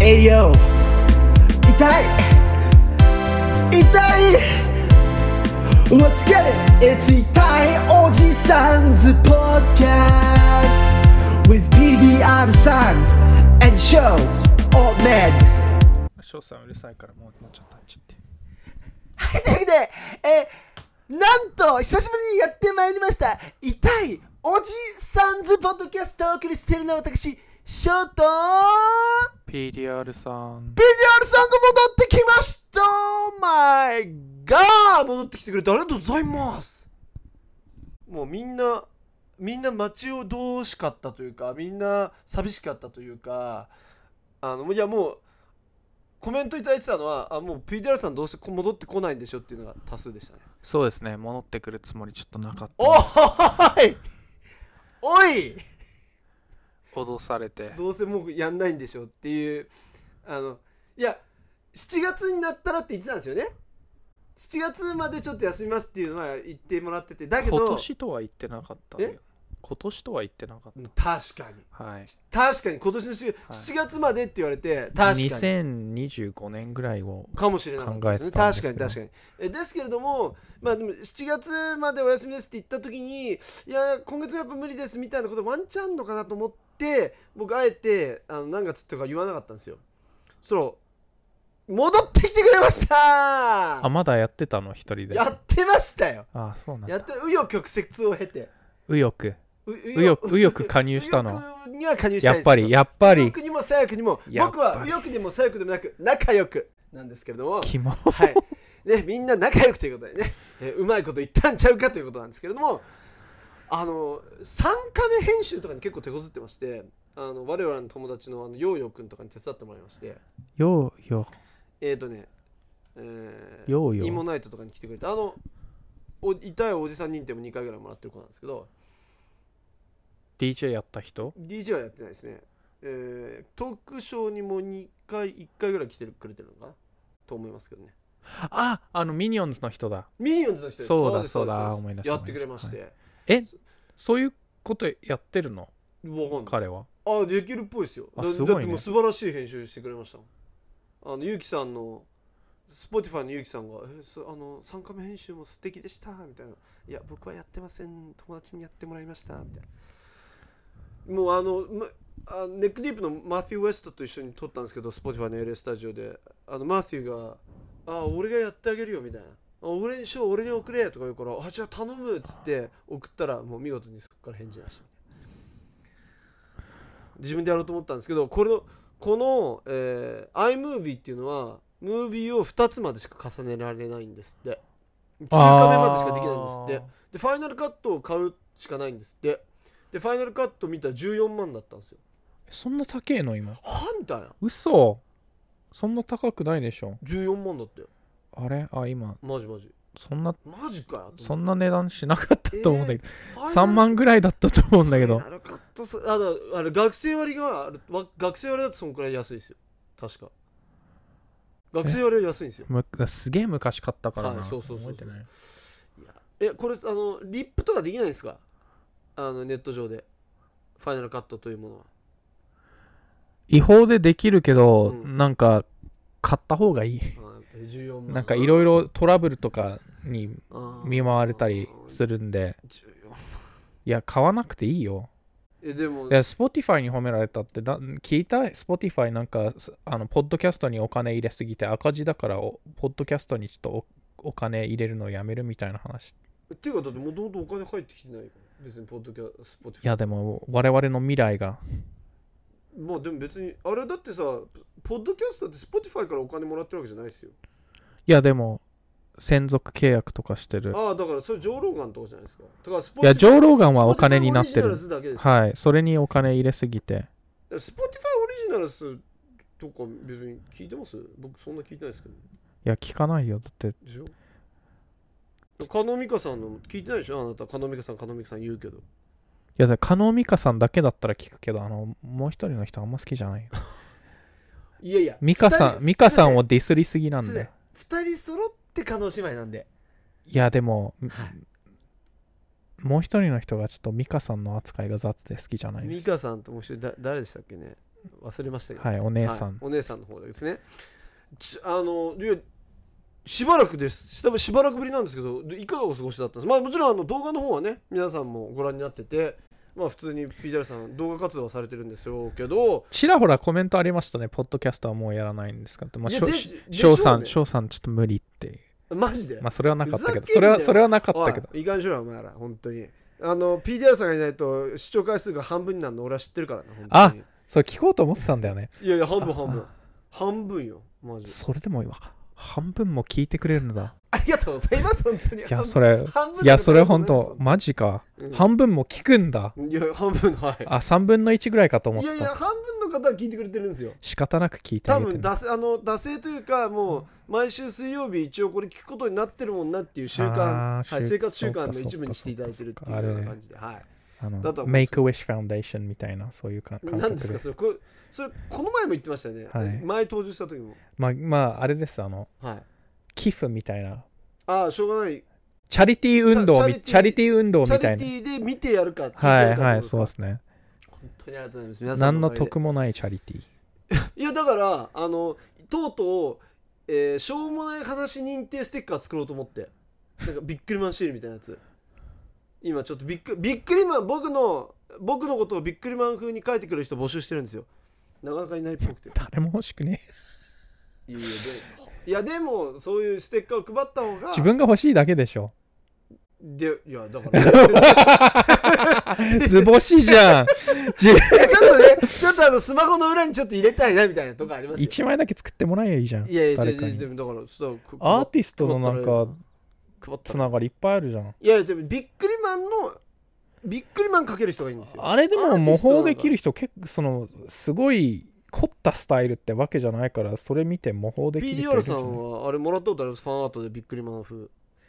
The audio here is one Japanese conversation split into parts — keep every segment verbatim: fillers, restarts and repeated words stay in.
エイヨ痛い痛い Let's get it! It's 痛いおじさんズ Podcast with ピーディーアール さん and Show Old Man。 翔さんうるさいからもうもうちょっとあっち行って。 はい、というわけで、えー、なんと久しぶりにやってまいりました痛いおじさんズポッドキャストをお送りしているのは私ショートピーディーアール さんピーディーアール さんが戻ってきました。マイガー戻ってきてくれてありがとうございます。もうみんなみんな待ち遠しかったというか、みんな寂しかったというか、あのいやもうコメントいただいてたのは、あもう ピーディーアール さんどうして戻ってこないんでしょっていうのが多数でしたね。 そうですね、戻ってくるつもりちょっとなかった。 おーいおい脅されてどうせもうやんないんでしょっていう、あのいやしちがつになったらって言ってたんですよね。しちがつまでちょっと休みますっていうのは言ってもらってて、だけど今年とは言ってなかったよ。今年とは言ってなかった。 確かに、 はい、 確かに今年の しちがつまでって言われて、確かににせんにじゅうごねんぐらいをかもしれなかったですね。確かに確かに。えですけれども、まあでもしちがつまでお休みですって言った時に、いや今月はやっぱ無理ですみたいなことワンチャンあんのかなと思って、僕あえてあの何月とか言わなかったんですよ。そしたら戻ってきてくれました。 あ、まだやってたの一人で。 やってましたよ。 あ、そうなんだ。 やって紆余曲折を経て右翼右翼右翼加入したの。 右翼には加入したいです。 やっぱりやっぱり右翼にも左翼にも、僕は右翼にも左翼でもなく仲良くなんですけれども、 キモはいね、みんな仲良くということでね、えー、うまいこと言ったんちゃうかということなんですけれども、あのさんカメ編集とかに結構手こずってまして、あの我々の友達のあのヨーヨーくんとかに手伝ってもらいまして、 ヨーヨーえーとね、えー、 ヨーヨーイモナイトとかに来てくれて、あのお痛いおじさん認定もにかいぐらいもらってる子なんですけど、 ディージェー やった人ディージェー はやってないですね。えー、トークショーにもにかいいっかいぐらい来てくれてるのかなと思いますけどね。 あ、あのミニオンズの人だ。 ミニオンズの人です。 そうだそうだ、思い出した。 やってくれまして、はい、 えそういうことやってるの？ わかんない。 彼はあ、できるっぽいですよ。 あ、すごいね。 だってもう素晴らしい編集してくれました。あのゆうきさんのSpotify のゆうきさんがえあのさんカメ編集も素敵でしたみたいな。いや僕はやってません、友達にやってもらいましたみたいな。もうあの、ま、あネックディープのマティー・ウェストと一緒に撮ったんですけど、 Spotify の エルエー スタジオで、あのマティーがあ俺がやってあげるよみたいな、あ俺にしよう俺に送れとか言うから、あじゃあ頼むっつって送ったら、もう見事にそこから返事なしみたいな。自分でやろうと思ったんですけど、これのこの、えー、iMovie っていうのはムービーをふたつまでしか重ねられないんですって。にカメまでしかできないんですって。でファイナルカットを買うしかないんですって。でファイナルカット見たらじゅうよんまんだったんですよ。 そんな高えの今？ はみたいな。 嘘、そんな高くないでしょ。 じゅうよんまんだったよ。 あれあ今マジマジそんなマジかよ。 そんな値段しなかったと思うんだけど、えー、さんまんぐらいだったと思うんだけど。 ファイナルカットあのあの学生割が学生割だとそのくらい安いですよ確か。学生割は安いんですよ。 すげえ昔買ったからな、 はい、そうそうそうそう。 覚えてない。 いやえこれあのリップとかできないですか？あのネット上でファイナルカットというものは違法でできるけど、 うん、 なんか買った方がいい。 じゅうよんまんなんかいろいろトラブルとかに見舞われたりするんで、 じゅうよんまんいや買わなくていいよ。 えでもいや Spotify に褒められたってだ聞いた？ Spotify なんかあのポッドキャストにお金入れすぎて赤字だからポッドキャストにちょっと お, お金入れるのをやめるみたいな話。 っていうかだってもともとお金入ってきてないから別にポッドキャスト Spotify。 いやでも我々の未来がまあでも別にあれだってさポッドキャストって Spotify からお金もらってるわけじゃないですよ。 いやでも専属契約とかしてる。 ああだからそれジョーローガンとかじゃないですか。だからいやジョーローガンはお金になってる。 はい、それにお金入れすぎて。 Spotify オリジナルスとか別に聞いてます？僕そんな聞いてないですけど。いや聞かないよだって。 でしょ？加納美香さんの聞いてないでしょあなた。加納美香さん加納美香さん言うけど。いやだ加納美香さんだけだったら聞くけど、あのもう一人の人あんま好きじゃないよ。いやいや美香さん美香さんをディスりすぎなんで。 二人揃って加納姉妹なんで。 いやでも、 はい、 もう一人の人がちょっと美香さんの扱いが雑で好きじゃないです。 美香さんともう一人だ誰でしたっけね。 忘れましたけど、 はい、お姉さん、 はい、お姉さんの方ですね。あのいやしばらくです多分しばらくぶりなんですけど、いかがお過ごしだったんですか。まあもちろんあの動画の方はね皆さんもご覧になってて、まあ普通に ピーティーアール さん動画活動はされてるんですよけど、 ちらほらコメントありましたね。ポッドキャストはもうやらないんですかって。まあ、 いやで翔さん、 でしょ翔さんちょっと無理って。 マジでまあそれはなかったけど、 ふざけんなよそれはそれはなかったけど。 おいいかんしろお前ら本当に。あの ピーティーアール さんがいないと視聴回数が半分になるの俺は知ってるからな本当に。 あ、それ聞こうと思ってたんだよね。 いやいや半分半分半分よマジで。 それでも今半分も聞いてくれるんだ。 ありがとうございます本当に。 いやそれ半分いやそれ本当マジか、 うん、 半分も聞くんだ。 いや半分はい。 あ、さんぶんのいちぐらいかと思ってた。 いやいや半分の方は聞いてくれてるんですよ。 仕方なく聞いてあげてる。 多分だせあの惰性というかもう毎週水曜日一応これ聞くことになってるもんなっていう習慣、はい、生活習慣の一部にしていただいてるっていうような感じで、はい。 あのだとメイクウィッシュファウンデーションみたいなそういう感覚で。 何ですかそれ。こそれこの前も言ってましたよね、 はい、 前登場した時も。 まあまああれです、あの、 はい、 寄付みたいな。 ああしょうがない。 チャリティー運動チャリティーチャリティー運動みたいな。 チャリティーで見てやるかっていうはいはいそうですね。 本当にありがとうございます。皆さん何の得もないチャリティー。いやだからあのとうとう、えー、しょうもない話認定ステッカー作ろうと思って、なんかビックリマンシールみたいなやつ。今ちょっとビックビックリマン僕の僕のことをビックリマン風に書いてくる人募集してるんですよ。なかなかいないっぽくて。 誰も欲しくねえ。いやいやでいやでもそういうステッカーを配った方が自分が欲しいだけでしょ。 でいやだから図星じゃんちょっとねちょっとあのスマホの裏にちょっと入れたいなみたいなとこありますよ。 いちまいだけ作ってもらえばいいじゃん。 いやいやいやでもだからそうアーティストのなんかつながりいっぱいあるじゃん。 いやいやビックリマンのビックリマンかける人がいいんですよ。 あれでも模倣できる人結構そのすごい凝ったスタイルってわけじゃないから、それ見て模倣できる人いるんじゃない。 ピーディーアール さんはあれもらったことあります？ファンアートでビックリマン風。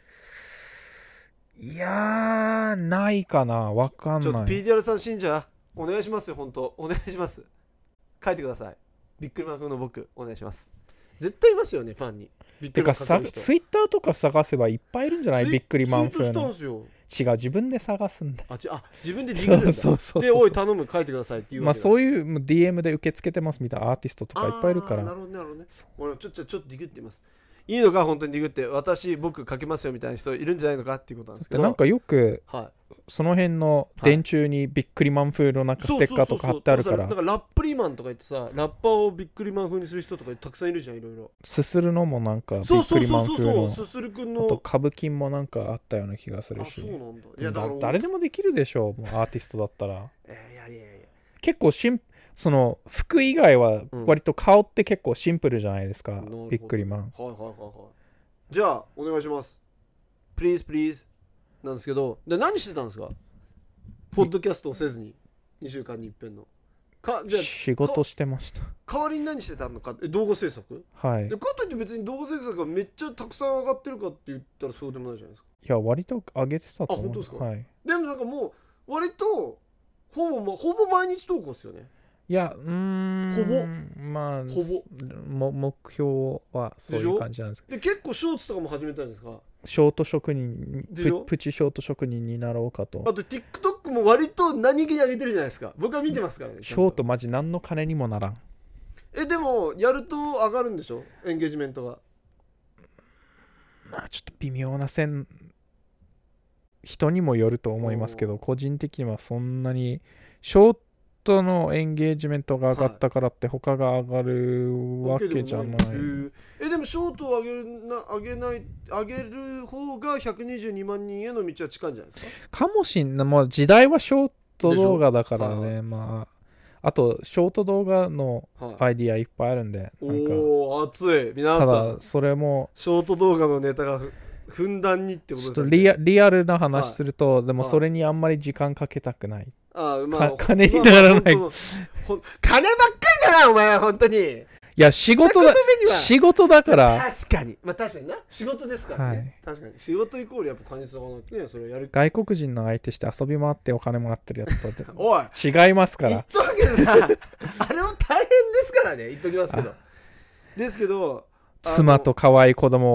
いやーないかな、わかんない。 ちょっと ピーディーアール さん信者お願いしますよ、本当お願いします。書いてください。ビックリマン風の僕お願いします。絶対いますよねファンに。ビックリマンかける人。 てかツイッターとか探せばいっぱいいるんじゃない？ビックリマン風の。 ツイートしたんすよ。 違う、自分で探すんだ。 あ、ちあ自分で自分でそうそうそうそう。 でおい頼む書いてくださいっていう。 まあそういう ディーエム で受け付けてますみたいなアーティストとかいっぱいいるから。 なるほどなるほどね。俺ちょっとちょっとディグってます。いいのか本当にディグって、私僕書けますよみたいな人いるんじゃないのかっていうことなんですけど。 なんかよく、 はい、 その辺の電柱にビックリマン風のなんかステッカーとか貼ってあるから。 なんかラップリマンとか言ってさ、ラッパーをビックリマン風にする人とかたくさんいるじゃん、いろいろ。 すするのもなんかビックリマン風の。 すするくんの。 あと歌舞伎もなんかあったような気がするし。 あ、そうなんだ。 いやだから誰でもできるでしょう、もうアーティストだったら。 えー、いやいやいや。 結構シンその服以外は割と顔って結構シンプルじゃないですか、うん、ビックリマン。 はいはいはいはい。じゃあお願いします。Please please なんですけど、で何してたんですか？ポッドキャストをせずににしゅうかんに一遍のかじゃ仕事してました。 代わりに何してたのか。え動画制作？ はい。 でかといって別に動画制作がめっちゃたくさん上がってるかって言ったらそうでもないじゃないですか。 いや割と上げてたと思う。 あ本当ですか？ はい。 でもなんかもう割とほぼ、ま、ほぼ毎日投稿ですよね。 いやうーんほぼまあほぼも目標はそういう感じなんですけど。 で結構ショーツとかも始めたんですか？ ショート職人 プ, プチショート職人になろうかと。 あと TikTok も割と何気に上げてるじゃないですか。僕は見てますからね。 ショートマジ何の金にもならん。 えでもやると上がるんでしょ、エンゲージメントが。 まあちょっと微妙な線、人にもよると思いますけど、個人的にはそんなにショートのエンゲージメントが上がったからって他が上がるわけじゃない。 えでもショートを上げな上げない上げる方がひゃくにじゅうにまんにんへの道は近いんじゃないですか。 かもしんない。もう時代はショート動画だからね。はい、まああとショート動画のアイディアいっぱいあるんで、はい、なんかおー熱い皆さん。 ただそれもショート動画のネタがふんだんにってことですね。 ちょっとリア、リアルな話すると、はい、でもそれにあんまり時間かけたくない。 ああ、まあ、 金にならない、 まあまあ、金ばっかりだなお前は本当に。いや仕事だ仕事だから。 確かにまあ確かにな仕事ですからね、はい、確かに仕事イコールやっぱ金使わなくてね、それをやる。 外国人の相手して遊び回ってお金もらってるやつとおい違いますから。 言っとくけどなあれも大変ですからね、言っときますけど。ですけど妻と可愛い子供をほ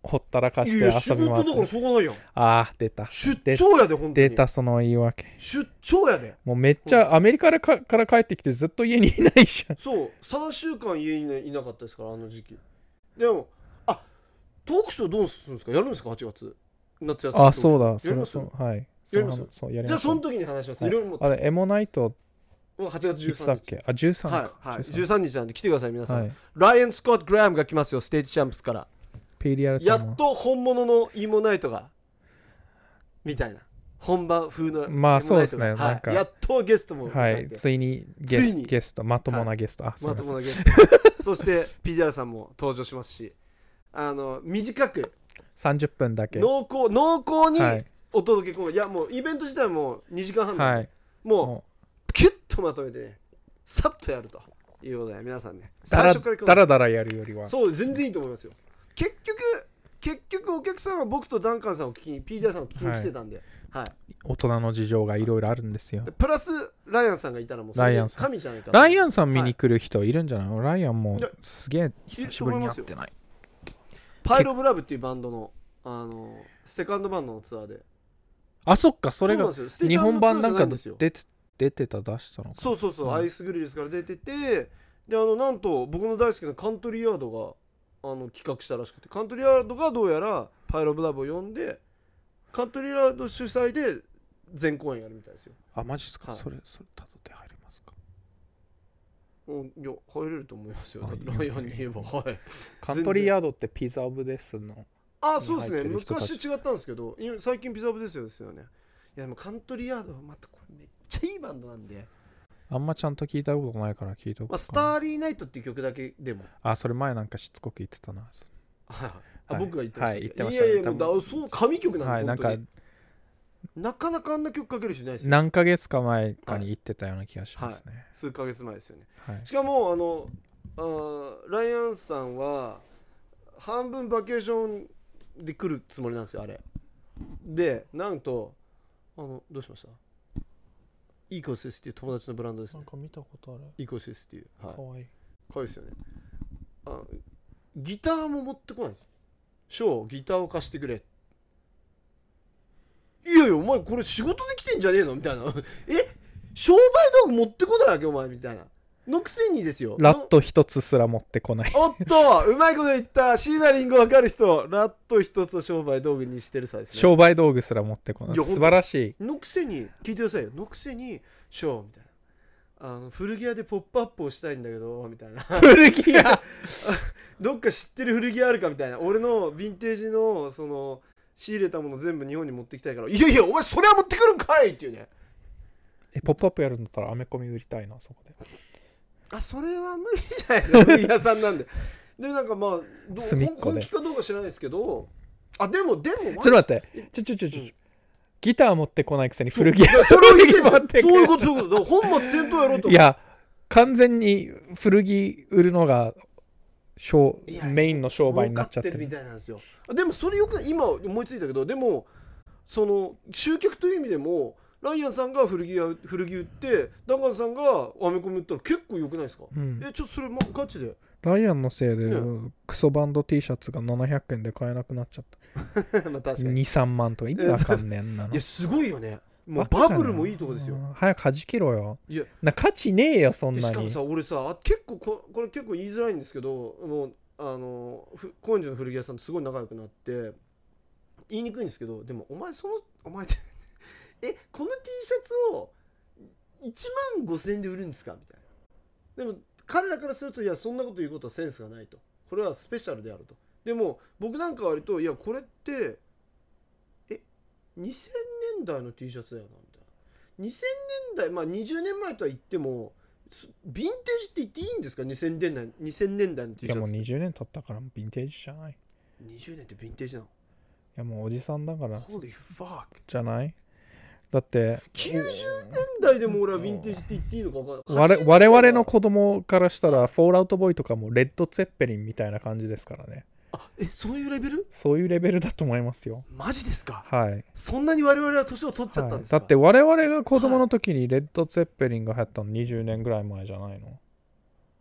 ほったらかしいや仕て遊び事だから回ってしょうがないやん。 ああ出た出張やで、本当に。 出たその言い訳出張やで。 もうめっちゃアメリカからかから帰ってきてずっと家にいないじゃんそう、さんしゅうかん家にねいなかったですから、あの時期。でも、あ、トークショーどうするんですか？やるんですか？はちがつ。夏休み。 あそうだそれやりますそうはいやりますそうやりじゃあ、 ましょそうの時に話します。 はいいろいろもうあれエモナイトもうはちがつじゅいうつさんにち。 だっけあじゅうさんはい、 かはい、 じゅうじゅうさんにちなんで来てください、皆さん。 はいライアン・スコット・グラムが来ますよ、ステージチャンプスから。 ペリアルさんもやっと本物のイモナイトが、みたいな。本場風のイモナイトが。 まあそうですねはいなんかやっとゲストも迎はえて。 いついにゲスついにゲストまともなゲストあすみまとませんもなゲスト。そして、ピーディーアール さんも登場しますし、あの、短く、 さんじゅっぷんだけ濃厚、濃厚にはいお届け今後、いや、もうイベント自体はもうにじかんはんなんで、 はいもう、 もキュッとまとめてね、さっとやるということで、皆さんね、 うだら最初からだらだらやるよりはそう、全然いいと思いますよ。結局、結局お客さんは僕とダンカンさんを聞きに、ピーディーアール さんを聞きに来てたんで、はい。 大人の事情がいろいろあるんですよでプラス、ライアンさんがいたらもうそれでライアンさん神じゃないか。 ライアンさん見はいに来る人いるんじゃないのライアンもいやすげえ久しぶりに会ってないパイロブラブっていうバンドの、あの、セカンドバンドのツアーで。 あそっかそれがうなんですよステ日チャンの本版なんかツアーじゃいですよ出て出てた出したのかそうそうそう、 うんアイスグリルスから出てて、で、あの、なんと僕の大好きなカントリーヤードがあの企画したらしくて、カントリーヤードがどうやらパイロブラブを呼んで、カントリーヤード主催で全公演やるみたいですよ。 あマジっすか、 はいそれそれたどで入れますかうんいや、入れると思いますよ。 あだってライアンに言えば、はい。 カントリーヤードってピザオブですのあ、そうですね。 入ってる人たち昔違ったんですけど、今最近ピザオブですよですよね。いや、でもカントリーヤードはまたこれめっちゃいいバンドなんで、 あんまちゃんと聞いたことないから聞いておくまあ、 かスターリーナイトっていう曲だけでも、 あそれ前なんかしつこく言ってたなはいあはい僕が言ってました、 はい言ってましたいやいや、もう多分だそう神曲なんで、 はいなんか本当になかなかあんな曲かける人いないですよ。 何ヶ月か前かに言ってたような気がしますね数ヶ月前ですよね。 はいしかも、あの、あーライアンさんは、半分バケーションで来るつもりなんですよ、あれ。で、なんと、あの、どうしましたイーコシスっていう友達のブランドですね。 なんか見たことあるイーコシスっていう。はい。 かわいいかわいいですよね。あギターも持ってこないんですよ。ショー、ギターを貸してくれ。いやいや、お前これ仕事で来てんじゃねえのみたいな。え商売道具持ってこないわけお前みたいな。のくせにですよ。 ラット一つすら持ってこないおっとうまいこと言った椎名林檎わかる人ラット一つを商売道具にしてるさですね。 商売道具すら持ってこないいや素晴らしいのくせに聞いてくださいよ。のくせにショーみたいな。あの古着屋でポップアップをしたいんだけどみたいな。 古着屋どっか知ってる古着屋あるかみたいな。俺のヴィンテージのその仕入れたもの全部日本に持ってきたいから、いやいやお前それは持ってくるんかいっていうね。 えポップアップやるんだったらアメコミ売りたいなそこであ、それは無理じゃないですか。古着屋さんなんで。でなんかまあど隅っこで本気かどうか知らないですけど、あでもでもちょっと待ってちょちょちょちょ、 うんギター持ってこないくせに古着屋それを言ってんの持ってくるそういうことそういうこと。だから本末転倒やろうと思う。 いや完全に古着売るのが商いやメインの商売になっちゃってる儲かってるみたいなんですよ。でもそれよく今思いついたけど、でもその集客という意味でもライアンさんが古着屋古着売ってダンカンさんがアメコミ売ったら結構良くないですか、 うんえちょっとそれ、ま、ガチでライアンのせいで、 ねクソバンド T シャツがななひゃくえんで買えなくなっちゃったまあ確かににさんまんとか意味わかんねえんなのいやすごいよね。もうバカじゃないバブルもいいとこですよ。 うん早く弾きろよいやな価値ねえよそんでなにしかもさ俺さあ結構ここれ結構言いづらいんですけど、もうあのふ高円寺の古着屋さんとすごい仲良くなって言いにくいんですけど、でもお前そのお前えこの T シャツをいちまんごせんえんで売るんですかみたいな。でも彼らからするといやそんなこと言うことはセンスがないと、これはスペシャルであると。でも僕なんかは割といやこれってえにせんねんだいの T シャツだよなみたいな。にせんねんだいまあにじゅうねんまえとは言ってもヴィンテージって言っていいんですか？ にせんねんだいにせんねんだいの T シャツいやもうにじゅうねん経ったからヴィンテージじゃないいにじゅうねんってヴィンテージなの？ やもうおじさんだから Holy fuck じゃないだってきゅうじゅうねんだいでも俺はヴィンテージって言っていいのか分かんない。 我我々の子供からしたらフォールアウトボーイとかもレッド・ツェッペリンみたいな感じですからね。 あえそういうレベル？ そういうレベルだと思いますよ。 マジですか？ はい、 そんなに我々は年を取っちゃったんですか？ はい、だって我々が子供の時にレッド・ツェッペリンが流行ったのにじゅうねんぐらい前じゃないの？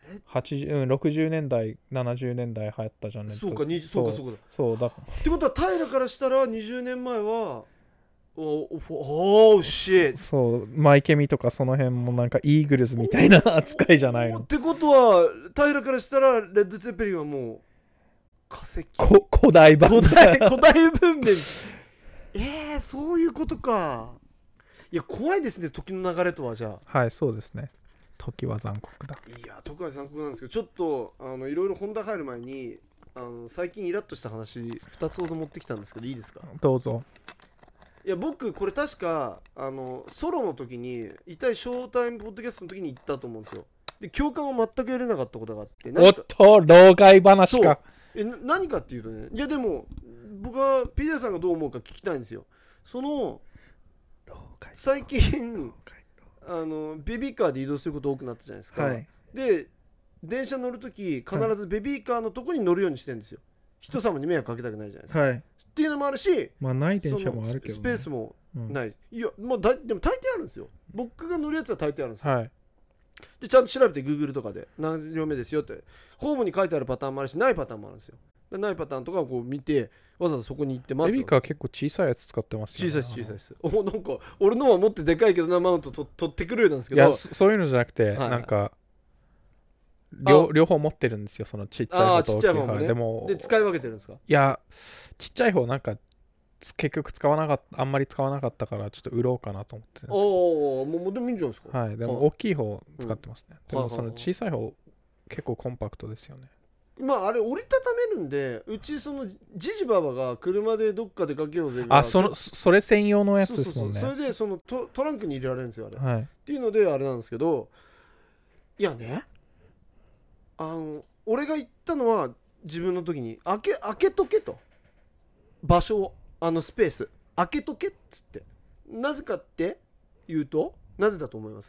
はちじゅう、うん、ろくじゅうねんだいななじゅうねんだい流行ったじゃんね。 そうかにそうかそうかそうだってことは平からしたらにじゅうねんまえはおおおシェそうマイケミとかその辺もなんかイーグルズみたいな扱いじゃないの。 ってことは平からしたらレッド・ツェッペリンはもう化石こ古代版古代古代文明えー、そういうことか。いや怖いですね時の流れとは。じゃあはいそうですね、時は残酷だ。 いや時は残酷なんですけどちょっとあのいろいろ本題入る前にあの最近イラッとした話ふたつほど持ってきたんですけどいいですか。 どうぞ。 いや僕これ確かあのソロの時に一体ショータイムポッドキャストの時に言ったと思うんですよ。で共感を全く得れなかったことがあって、 おっと老害話か。 えな何かっていうとね、いやでも僕はピザさんがどう思うか聞きたいんですよ。その最近あのベビーカーで移動すること多くなったじゃないですか、 はい、 で電車乗るとき必ずベビーカーのとこに乗るようにしてるんですよ。人様に迷惑かけたくないじゃないですか、 はい、 っていうのもあるし、 まあない電車もあるけど、ね、 スペースもない、うん、いやもうだでも大抵あるんですよ。僕が乗るやつは大抵あるんですよ、 はい、 でちゃんと調べて Google とかで何両目ですよってホームに書いてあるパターンもあるしないパターンもあるんですよ。でないパターンとかをこう見てわざわざそこに行って待つ。 ベビーカー結構小さいやつ使ってますよね。 小さいです小さいです。おなんか俺のはもっとでかいけどなマウントと取ってくるようなんですけど、 いやそういうのじゃなくて、はい、なんか両, 両方持ってるんですよ、そのちっちゃい方と大きい方。 ね、 でもで使い分けてるんですか。 いやちっちゃい方なんか結局使わなかったあんまり使わなかったからちょっと売ろうかなと思ってるんです。 おおもうでもいいんじゃないですか。 はいでも大きい方使ってますね、 うん、 でもその小さい方結構コンパクトですよね。 まああれ折りたためるんでうちそのジジババが車でどっか出かけようぜあそのそれ専用のやつですもんね。 そうそうそうそれでその ト, トランクに入れられるんですよあれ、 はい、 っていうのであれなんですけど、いやねあの俺が言ったのは自分の時に開け開けとけと場所をあのスペース開けとけっつって、なぜかって言うとなぜだと思います？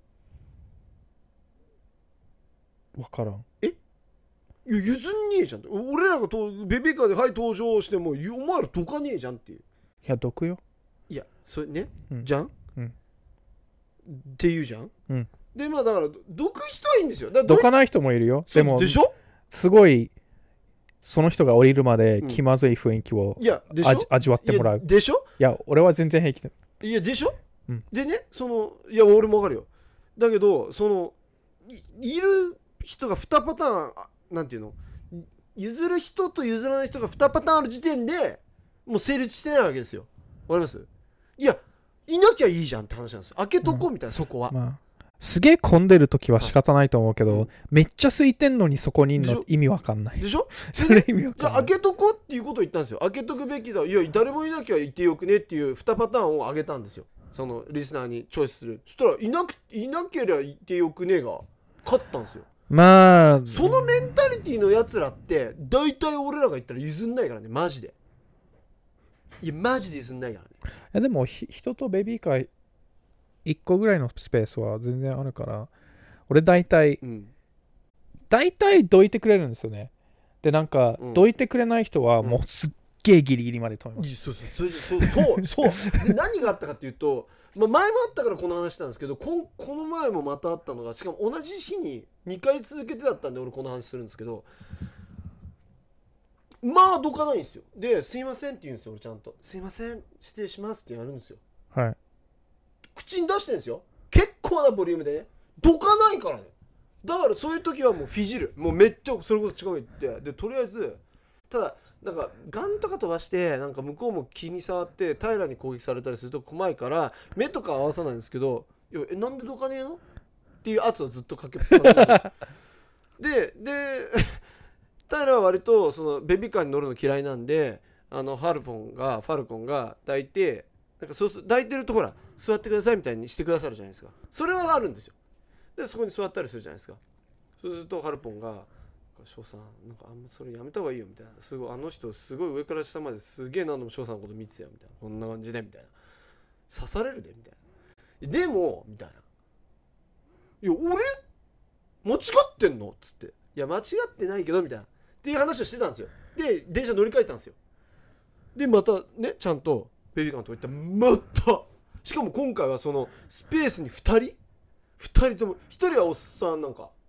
分からん。 えいや譲んねえじゃん。俺らがとベビーカーではい登場してもお前らどかねえじゃんっていう。いや毒よ。 いやそれね、 うん、 じゃん、うん、って言うじゃん、 うん、 でまあだから毒人はいいんですよ。だどかない人もいるよ。でもでしょすごいその人が降りるまで気まずい雰囲気を、 うん、いやでしょ味わってもらう。 でしょ。 いや俺は全然平気だ。 いやでしょ、 うん、 でねそのいや俺もわかるよ。だけどその い, いる人がにパターンなんていうの譲る人と譲らない人がにパターンある時点でもう成立してないわけですよ。わかります？いやいなきゃいいじゃんって話なんですよ。開けとこうみたいな、うん、そこは、 まあ、すげえ混んでる時は仕方ないと思うけど、はい、めっちゃ空いてんのにそこにいんの意味わかんないでしょそれ意味わかんない。 じゃあ開けとこうっていうことを言ったんですよ。開けとくべきだ、いや誰もいなきゃいてよくねっていうにパターンをあげたんですよ、そのリスナーにチョイスする。そしたらいなくいなければいてよくねが勝ったんですよ。 まあそのメンタリティのやつらって大体俺らが言ったら譲んないからねマジで。いやマジで譲んないからね。 いやでも人とベビーカーいっこぐらいのスペースは全然あるから俺大体、うん、大体どいてくれるんですよね。でなんか、うん、どいてくれない人はもうすっげえギリギリまで止めます、 うん、そうそうそうそうそうで何があったかっていうと、まあ、前もあったからこの話したんですけど こ, この前もまたあったのがしかも同じ日ににかい続けてだったんで俺この話するんですけど、まあどかないんですよ。ですいませんって言うんですよ。俺ちゃんとすいません失礼しますってやるんですよ。 はい。 口に出してるんですよ。結構なボリュームでね。どかないからね。だからそういう時はもうフィジる。もうめっちゃそれこそ近く行ってでとりあえずただなんかガンとか飛ばしてなんか向こうも気に触って平らに攻撃されたりすると怖いから目とか合わさないんですけど、いやえなんでどかねえのっていう圧をずっとかけっぱなしでで平は割とそのベビーカーに乗るの嫌いなんで、あのファルコンがファルコンが抱いてなんかそうす抱いてるとほら座ってくださいみたいにしてくださるじゃないですか。それはあるんですよ。でそこに座ったりするじゃないですか。そうするとファルコンが翔さんなんかあんまそれやめた方がいいよみたいな、すごいあの人すごい上から下まですげえ何度も翔さんのこと見てたよみたいな、こんな感じでみたいな、刺されるでみたいな、でもみたいな、いや俺間違ってんのっつって、いや間違ってないけどみたいなっていう話をしてたんですよ。で電車乗り換えたんですよ。でまたねちゃんとベビーカーのとこ行ったらまたしかも今回はそのスペースにふたりふたりとも、ひとりはおっさんなんか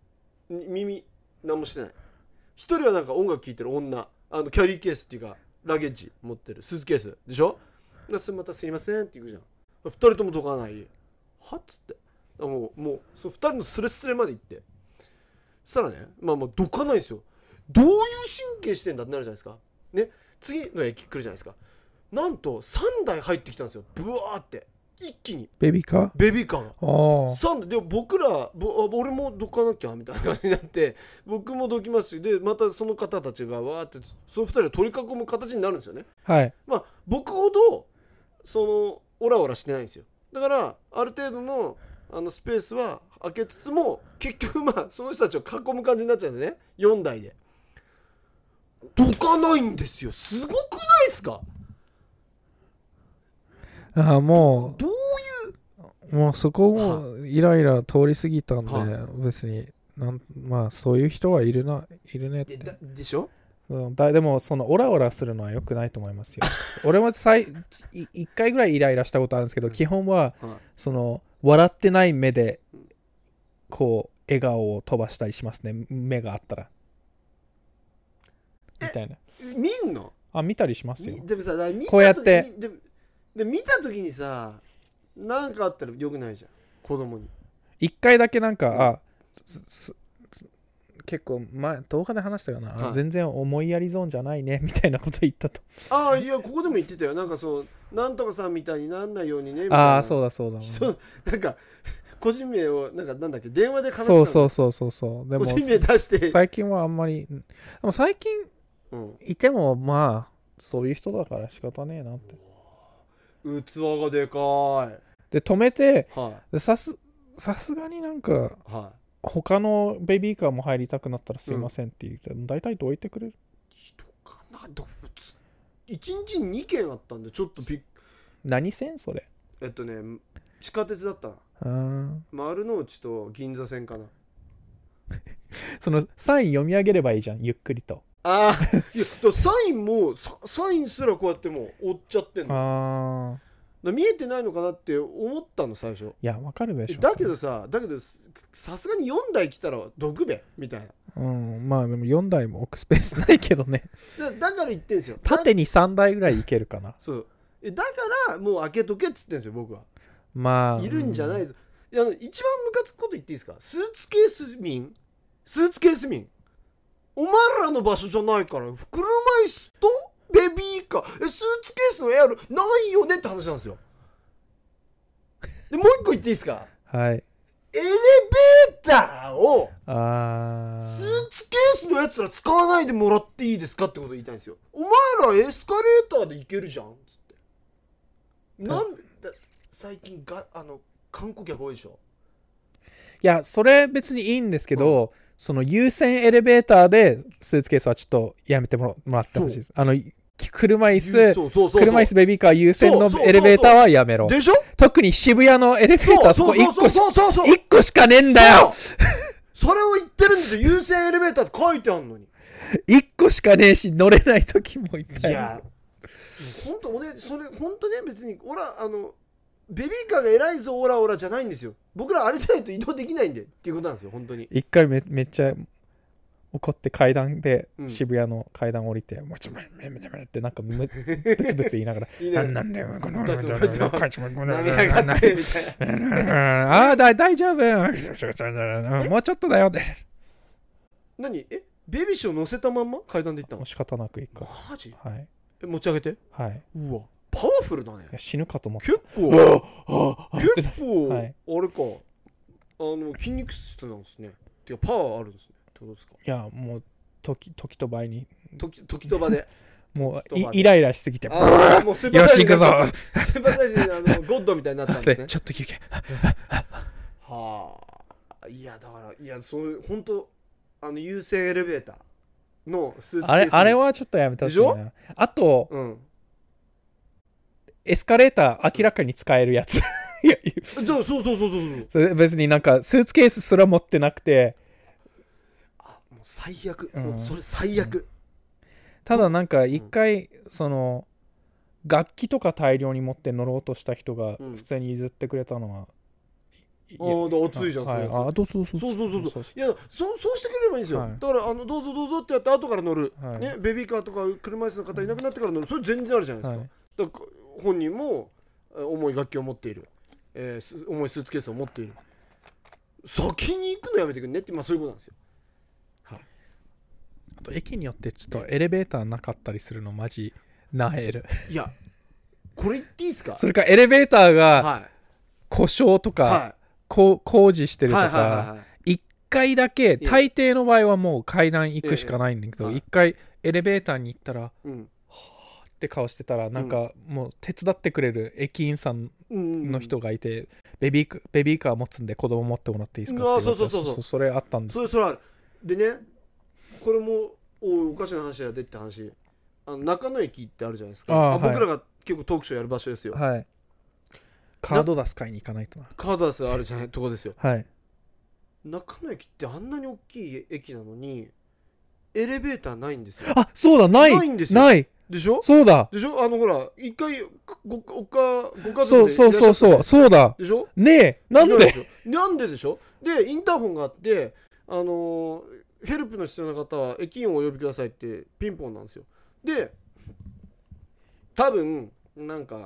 耳何もしてない。一人はなんか音楽聴いてる女、あのキャリーケースっていうかラゲッジ持ってるスーツケースでしょ。ですまたすいませんって言うじゃん。二人ともどかない。はっつってもうもうその二人のスレスレまで行って、そしたらね、まあまあどかないんですよ。どういう神経してんだってなるじゃないですかね。次の駅来るじゃないですか。なんとさんだい入ってきたんですよ、ブワーって一気に。 ベビーカーベビーカーがああさんだいで、僕らぼ俺もどかなきゃみたいな感じになって、僕もどきますし、でまたその方たちがわーってそのふたりを取り囲む形になるんですよね。 はいまあ僕ほどそのオラオラしてないんですよ。だからある程度のあのスペースは空けつつも、結局まあその人たちを囲む感じになっちゃうんですね、よんだいで。どかないんですよ。すごくないですか。 ああもどううもうそこもイライラ通り過ぎたんで、 は別になんまあそういう人はいるないるねってでだでしょ。 うんだでもそのオラオラするのは良くないと思いますよ。俺もさいいっかいぐらいイライラしたことあるんですけど、基本ははいその笑ってない目でこう笑顔を飛ばしたりしますね、目があったらみたいな。 見んのあ見たりしますよ。 みでもさ、だから見たこうやって時にでで見た時にさ、なんかあったらよくないじゃん、子供に。 いっかいだけなんか、 うんあすすす結構前動画で話したような、あはい全然思いやりゾーンじゃないねみたいなこと言ったと。 ああいや、ここでも言ってたよ。なんかそうなんとかさんみたいになんないようにねみたいな。 ああそうだそうだ。 人なんか個人名をなんかなんだっけ、電話で話したそうそうそうそうそう。でも個人名出して最近はあんまり、でも最近うんいてもまあそういう人だから仕方ねえなって。 器がでかい。 で止めて、 はでさすさすがになんかいは他のベビーカーも入りたくなったらすいませんって言って、大体どいてくれる。 い。人かな、どつ一日ににけんあったんでちょっとびっ何線それ。 えっとね地下鉄だったな。 あー丸の内と銀座線かな。 そのサイン読み上げればいいじゃん、ゆっくりと。 ああいやだからサインもササインすらこうやってもう追っちゃってんの。だかああら見えてないのかなって思ったの最初。 いやわかるでしょ。 だけどさだけどすさすがによんだい来たら毒べみたいな。 うんまあでもよんだいも置くスペースないけどね。 だだから言ってんですよ。 縦にさんだいぐらいいけるかな。 そうえだからもう開けとけっつってんですよ僕は。 まあいるんじゃないうんぞ。いやあの一番ムカつくこと言っていいですか。スーツケース民スーツケース民お前らの場所じゃないから、車椅子とベビーカーえスーツケースのエアロないよねって話なんですよ。でもう一個言っていいですか。 はいエレベーターをあスーーツケースのやつら使わないでもらっていいですかってことを言いたいんですよ。お前らエスカレーターで行けるじゃんっつってなんでだ最近があの観光客多いでしょ。 いやそれ別にいいんですけど、その優先エレベーターでスーツケースはちょっとやめてもらもらってほしいです。あの車椅子そうそうそうそう車椅子ベビーカー優先のそうそうそうそうエレベーターはやめろ。 でしょ。 特に渋谷のエレベーターそこいっこしそうそうそうそういっこしかねえんだよ。 そうそれを言ってるんですよ。優先エレベーターって書いてあるのに。 いっこしかねえし乗れない時もいたよ。 いや本当俺それ本当ね別にオラあのベビーカーが偉いぞオラオラじゃないんですよ。僕らあれじゃないと移動できないんでっていうことなんですよ本当に。 一回 め, めっちゃ怒って階段でうん渋谷の階段降りて、もうちょっとめめめめってなんかむブツブツ言いながらいいねなんなんだよこのどっちもこっちもこっちもこの投げ上がってみたいな。 ああだ大丈夫もうちょっとだよって何えベビーシを乗せたまんま階段で行ったのもう。仕方なくいいか。 マジはいえ持ち上げて。 はいうわパワフルだねいや死ぬかと思って結構結構、 はいあれかあの筋肉質なんですね。てかパワーあるんですねってことですか。 いやもう時時と倍に時時と場でもう時と場でいイライラしすぎてああもうスーパーよサイズにし行くぞなったスーパーサイズにあのゴッドみたいになったんですねでちょっと休憩はあいやだからいやそういう本当あの優先エレベーターのスーツケースあれあれはちょっとやめてほしいでな。あとうんエスカレーター明らかに使えるやついやだからそうそうそうそうそうそれ別になんかスーツケースすら持ってなくてあもう最悪、 うんもうそれ最悪、 ただなんか一回その楽器とか大量に持って乗ろうとした人がうん普通に譲ってくれたのはああだ熱いじゃん、 はい、 それやつあどうぞどうぞそうそうそうそうそういやそそうしてくれればいいんですよ、 はいだからあのどうぞどうぞってやって後から乗る、 はいね、ベビーカーとか車椅子の方いなくなってから乗る、それ全然あるじゃないですか、 はいだから本人もえー重い楽器を持っている、えーす重いスーツケースを持っている、先に行くのやめてくんねって、まあそういうことなんですよ。 あと駅によってちょっとエレベーターなかったりするのマジなえる。 いやこれ言っていいですか。 それからエレベーターがはい故障とか、 はこう工事しているとはいはいはいかはい一回だけええ大抵の場合はもう階段行くしかないんだけどええはい一回エレベーターに行ったらうんって顔してたらなんかもう手伝ってくれる駅員さんうんの人がいてベビーカベビーカー持つんで子供持ってもらっていいですかって言われてあそうそうそうそうそれあったんですそれそれあるでねこれもおおかしな話やでって話、あの中野駅ってあるじゃないですか、ああーはい僕らが結構トークショーやる場所ですよ、 はいカードダス買いに行かないとなカードダスあるじゃないとこですよ。 はい中野駅ってあんなに大きい駅なのにエレベーターないんですよ。 あそうだないないんですよないでしょそうだでしょあのほら一回ごごごかご家そう族でいらっしゃったそうそうそうそうだでしょねえなんでないしょなんででしょでインターホンがあってあのーヘルプの必要な方は駅員をお呼びくださいってピンポンなんですよ。で多分なんか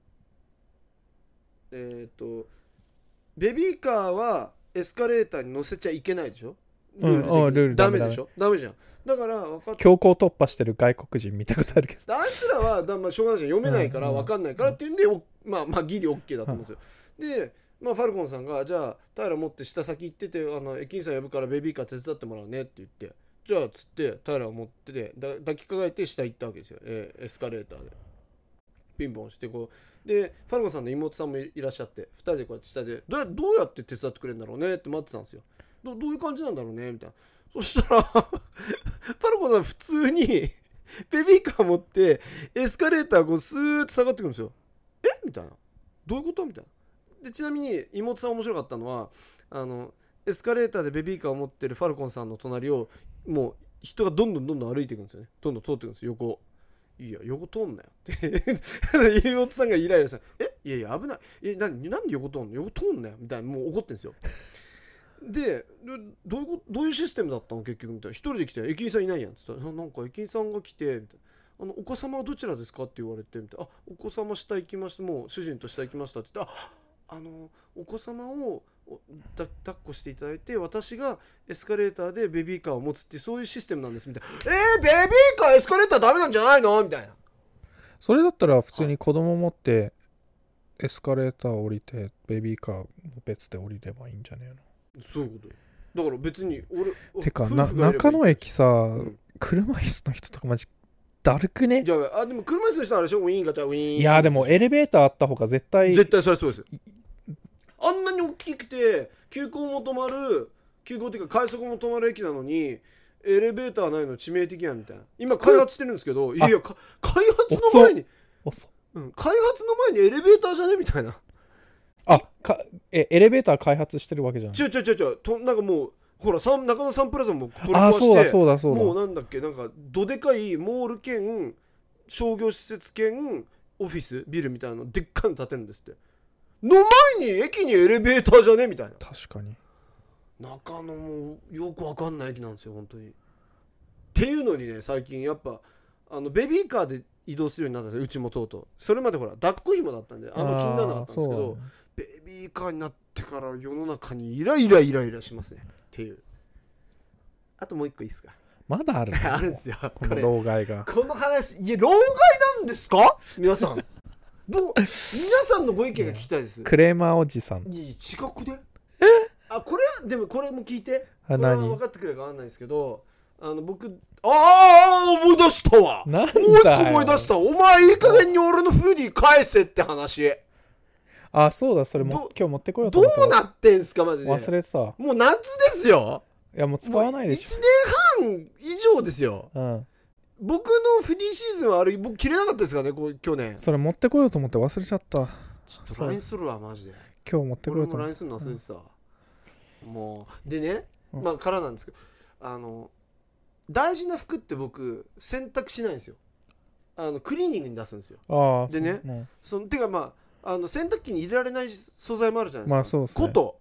えっ、とベビーカーはエスカレーターに乗せちゃいけないでしょルール的に、 うんあルールダメダメでしょダメじゃん。だから分かっ強行突破してる外国人見たことあるけどあいつらはだ、まあ、しょうがないじゃん読めないからうん分かんないからっていうんで、おまあまあギリ OK だと思うんですよ。で、まあ、ファルコンさんがじゃあ平持って下先行っててあの駅員さん呼ぶからベビーカー手伝ってもらうねって言ってじゃあっつって平を持っててだ抱きかかえて下行ったわけですよ、えーエスカレーターでピンポンしてこうでファルコンさんの妹さんもいらっしゃってふたりでこうやって下でどうやどうやって手伝ってくれるんだろうねって待ってたんですよ。どどういう感じなんだろうねみたいな。そしたらファルコンさん普通にベビーカー持ってエスカレーターこうスーッと下がってくるんですよ。えみたいな。どういうことみたいな。でちなみに妹さん面白かったのはあのエスカレーターでベビーカーを持ってるファルコンさんの隣をもう人がどんどんどんどん歩いていくんですよね。どんどん通っていくんですよ横を。いや横通んなよって妹さんがイライラしたらえいやいや危ないえななんで横通んの横通んなよみたいなもう怒ってるんですよ。でどういうことどういうシステムだったの結局みたいな。一人で来て駅員さんいないやんって言ったらなんか駅員さんが来てみたいな。あのお子様はどちらですかって言われてみたいな。あお子様下行きましたもう主人と下行きましたって言ってああのお子様をだ抱っこしていただいて私がエスカレーターでベビーカーを持つっていうそういうシステムなんですみたいな。えー、ベビーカーエスカレーターダメなんじゃないのみたいな。 それだったら普通に子供持ってエスカレーター降りてベビーカー別で降りればいいんじゃねえの。 そういうことよ。だから別に俺てかな夫婦がいればいい中野駅さ、 ん車椅子の人とかマジだるくね。 じゃああでも車椅子の人はあれでしょウィーンガチャウィーン。 いやでもエレベーターあった方が絶対絶対それはそうです。あんなに大きくて急行も止まる急行っていうか快速も止まる駅なのにエレベーターないの致命的やんみたいな。今開発してるんですけどいやいやか開発の前に、 遅うん、開発の前にエレベーターじゃねみたいな。 あかえエレベーター開発してるわけじゃん。 違う違う違う違うとなんかもうほらサン中野サンプラザも取りあ壊してそうだそうだそうだもうなんだっけなんかどでかいモール兼商業施設兼オフィスビルみたいなのでっかいの建てるんですっての前に駅にエレベーターじゃねみたいな。 確かに中野もよくわかんない駅なんですよ本当に。っていうのにね最近やっぱあのベビーカーで移動するようになったんですようちもとうとう。それまでほら抱っこ紐だったんであんま気にならなかったんですけど、ベビーカーになってから世の中にイライライライラしますねっていう。あともう一個いいですか。 まだあるあるんですよこのこれ老害が。 この話いや老害なんですか皆さんどう皆さんのご意見が聞きたいです。 クレーマーおじさん。 いや近くであこれはでもこれも聞いてあこれは何分かってくれるか分かんないですけどあの僕ああ思い出したわなんだよもう一個思い出したお前いい加減に俺のフーディー返せって話。 あそうだそれもど今日持ってこようとど思ったうなってんすかマジで。 忘れてた。 もう夏ですよ。 いやもう使わないでしいちねんはん以上ですよ。 ょ。うん僕のフリーシーズンはあれ僕切れなかったですからねこう去年。 それ持ってこようと思って忘れちゃった。 ちょっと ライン するわマジで。 今日持ってこよ俺もうと思ラインって。 するの忘れてさ、もうでね、 うんまあからなんですけどあの大事な服って僕洗濯しないんですよ。あのクリーニングに出すんですよ。 ああでねそうもそのてかまああの洗濯機に入れられない素材もあるじゃないですか。 まあそうですねこと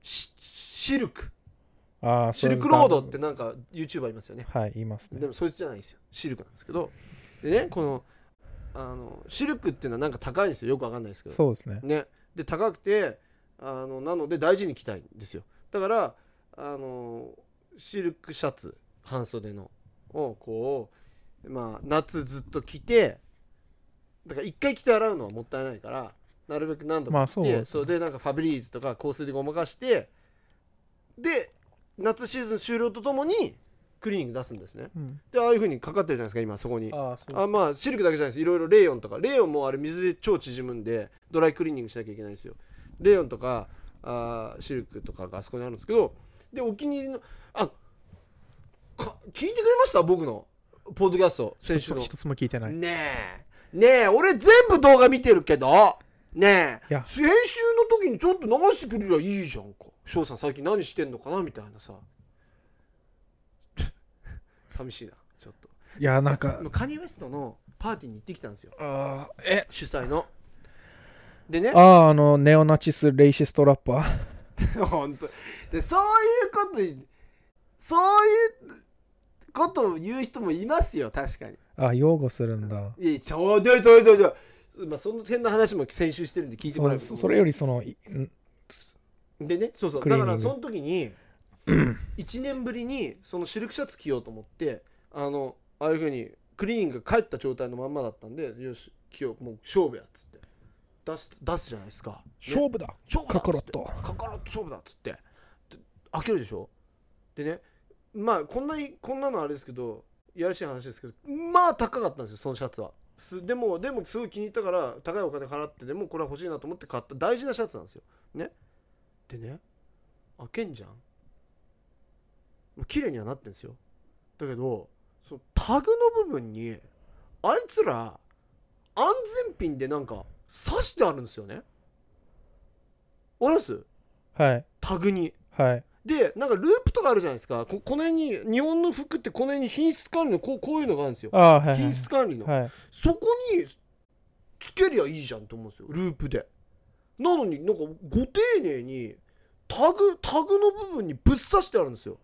シルクあシルクロードってなんか YouTuber いますよね。 はい、言いますね。 でもそいつじゃないんですよ。シルクなんですけど。でね、この、あのシルクっていうのはなんか高いんですよ。よくわかんないですけど。 そうですね。 ね。で、高くて、あのなので大事に着たいんですよ。だから、あのシルクシャツ、半袖のをこう、まあ、夏ずっと着て、だから一回着て洗うのはもったいないから、なるべく何度も着て、 まあそうですね、 それでなんかファブリーズとか香水でごまかして、で、夏シーズン終了とともにクリーニング出すんですね、うん、でああいう風にかかってるじゃないですか今そこに。ああまあシルクだけじゃないです。いろいろレーヨンとか、レーヨンもあれ水で超縮むんでドライクリーニングしなきゃいけないんですよ。レーヨンとかあシルクとかがあそこにあるんですけど、でお気に入りのあか聞いてくれました？僕のポッドキャスト先週の一つも聞いてない。 ねえねえ俺全部動画見てるけどねえ先週の時にちょっと流してくれりゃいいじゃんか。翔さん最近何してんのかなみたいなさ寂しいなちょっと。 いやなんかカニエ・ウェストのパーティーに行ってきたんですよ。 あえ主催のでね、 あああのネオナチスレイシストラッパー本当でそういうことそういうことを言う人もいますよ確かに。 あ擁護するんだ。 いやちょうどいちょうどいちょうどいまあその辺の話も先週してるんで聞いてもらえば。 そ, それよりそのでね、そうそうだからその時にいちねんぶりにそのシルクシャツ着ようと思ってあのああいう風にクリーニングが帰った状態のまんまだったんで、よし着ようもう勝負やっつって出す出すじゃないですか、ね、 勝負だ勝負だカカロットカカロット勝負だっつって開けるでしょ。でねまあこんなこんなのあれですけどやらしい話ですけどまあ高かったんですよそのシャツは。すでもでもすごい気に入ったから高いお金払ってでもこれは欲しいなと思って買った大事なシャツなんですよね。でね開けんじゃん綺麗にはなってんですよ。だけどそのタグの部分にあいつら安全ピンでなんか刺してあるんですよね。わかります？ はいタグに。 はいでなんかループとかあるじゃないですか。 こ, この辺に日本の服ってこの辺に品質管理のこ う, こういうのがあるんですよ。 あ、はいはい、 品質管理の、 はい、 そこにつけりゃいいじゃんと思うんですよループで。なのになんかご丁寧にタグタグの部分にぶっ刺してあるんですよ。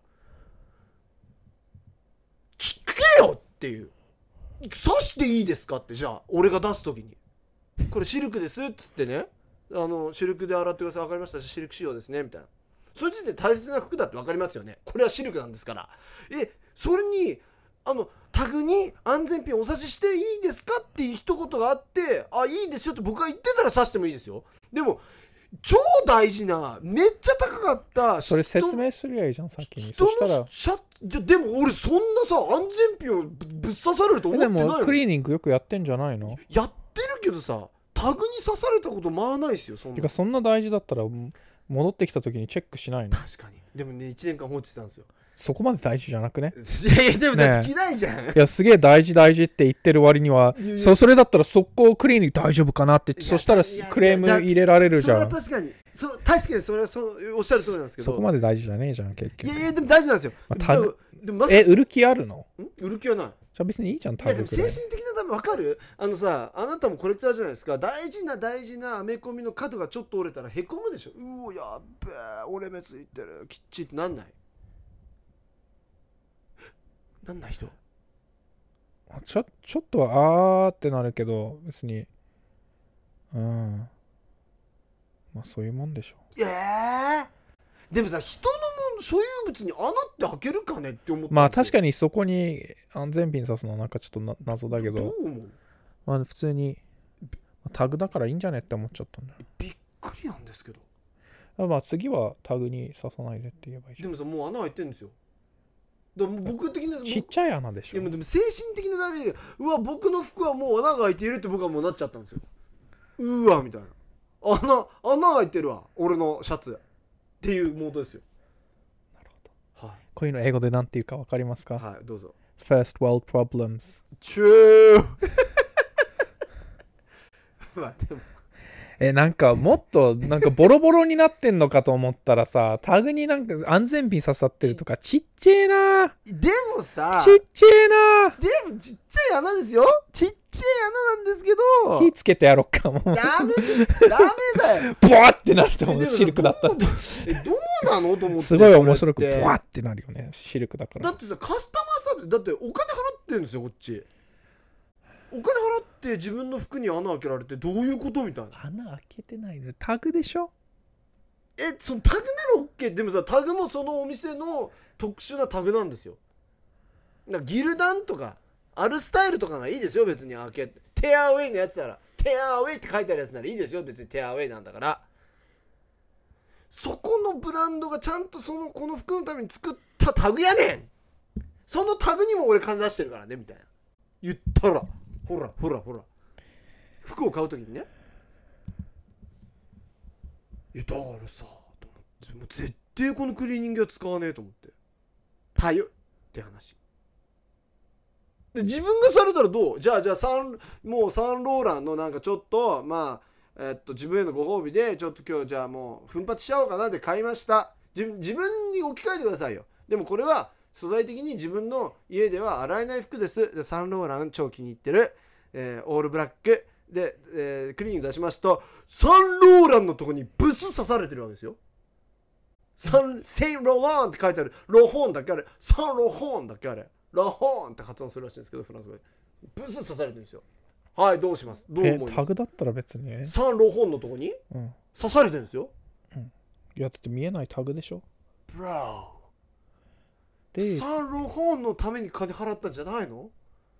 聞けよっていう。刺していいですかって。じゃあ俺が出す時にこれシルクですっつってね、あのシルクで洗ってください。分かりましたシルク仕様ですねみたいな。それで大切な服だって分かりますよね。これはシルクなんですから。えそれにあのタグに安全ピンお刺ししていいですかっていう一言があって、あいいですよって僕が言ってたら刺してもいいですよ。でも超大事なめっちゃ高かったそれ説明すりゃいいじゃん先に。そしたらシャでも俺そんなさ安全ピンをぶっ刺されると思ってないよ。 でもクリーニングよくやってんじゃないの？ やってるけどさタグに刺されたことまあないですよそんな。 てかそんな大事だったら戻ってきた時にチェックしないの？ 確かに。でもねいちねんかん放置してたんですよ。 そこまで大事じゃなくね？ いやいやでもだって着ないじゃん、ね、 いやすげえ大事大事って言ってる割にはそそれだったら速攻クリーニング大丈夫かなってそしたらクレーム入れられるじゃん。 それは確かにそ確かにそれはそうおっしゃる通りなんですけどそ, そこまで大事じゃねえじゃん結局。 いやいやでも大事なんですよ、まあ、でもでもえ売る気あるの？ 売る気はない。じゃあ別にいいじゃん。 いやでも精神的なため分かる。あのさあなたもコレクターじゃないですか。大事な大事なアメコミの角がちょっと折れたらへこむでしょ。うおやっべえ折れ目ついてるきっちりってなんないなんない人ちょちょっとはあーってなるけど別にうんまあそういうもんでしょ。 ええー、でもさ人のも所有物に穴って開けるかねって思って。 まあ確かにそこに安全ピン刺すのはなんかちょっとな謎だけどどう思う？ まあ普通にタグだからいいんじゃねって思っちゃったんだよ。 びっくりなんですけど。 まあ次はタグに刺さないでって言えばいいじゃん。 でもさもう穴開いてるんですよ。だから僕的なちっちゃい穴でしょ。 いやでも精神的なダメージがうわ僕の服はもう穴が開いているって僕はもうなっちゃったんですよ。うわみたいな穴穴開いてるわ俺のシャツっていうモードですよ。 なるほど、 はい、 こういうの英語でなんていうか分かりますか？ はいどうぞ。 First world problems。 True まあでもえなんかもっとなんかボロボロになってんのかと思ったらさタグになんか安全ピン刺さってるとかちっちゃいな。 でもさちっちゃいな。 でもちっちゃい穴ですよ。ちっちちゃ穴なんですけど、 火つけてやろっかもうダメダメだよ。 ボワってなると思う。 えでもシルクだったらどうえどうなのと思って。 すごい面白くそれってボワってなるよね、シルクだからだってさ、カスタマーサービスだってお金払ってるんですよこっち。お金払って自分の服に穴開けられてどういうことみたいな。 穴開けてないのタグでしょ。 えそのタグなら OK。 でもさ、タグもそのお店の特殊なタグなんですよ。なんかギルダンとかアルスタイルとかならいいですよ別に。開けテアウェイのやつならテアウェイって書いてあるやつならいいですよ別に。テアウェイなんだから。そこのブランドがちゃんとそのこの服のために作ったタグやねん。そのタグにも俺金出してるからねみたいな言ったら、ほらほらほら服を買うときにね、いやだからさと思って、もう絶対このクリーニングは使わねえと思って、たよって話で、自分がされたらどう。じゃあじゃあサンもうサンローランのなんかちょっとまあえっと自分へのご褒美でちょっと今日じゃあもう奮発しちゃおうかなで買いました。自, 自分に置き換えてくださいよ。でもこれは素材的に自分の家では洗えない服です。でサンローラン超気に入ってる、えー、オールブラックで、えー、クリーニング出しますと、サンローランのとこにブス刺されてるわけですよ。サンセインローランって書いてある。ロホーンだっけあれ。サンロホーンだっけあれ。ロホーンって発音するらしいんですけど、フランス語でブス刺されてるんですよ。はい、どうします。どう思います。 えタグだったら別にサンロホーンのとこに、うん、刺されてるんですよ、 うん、いやだって見えないタグでしょ。 ブローサンロホーンのために金払ったんじゃないの。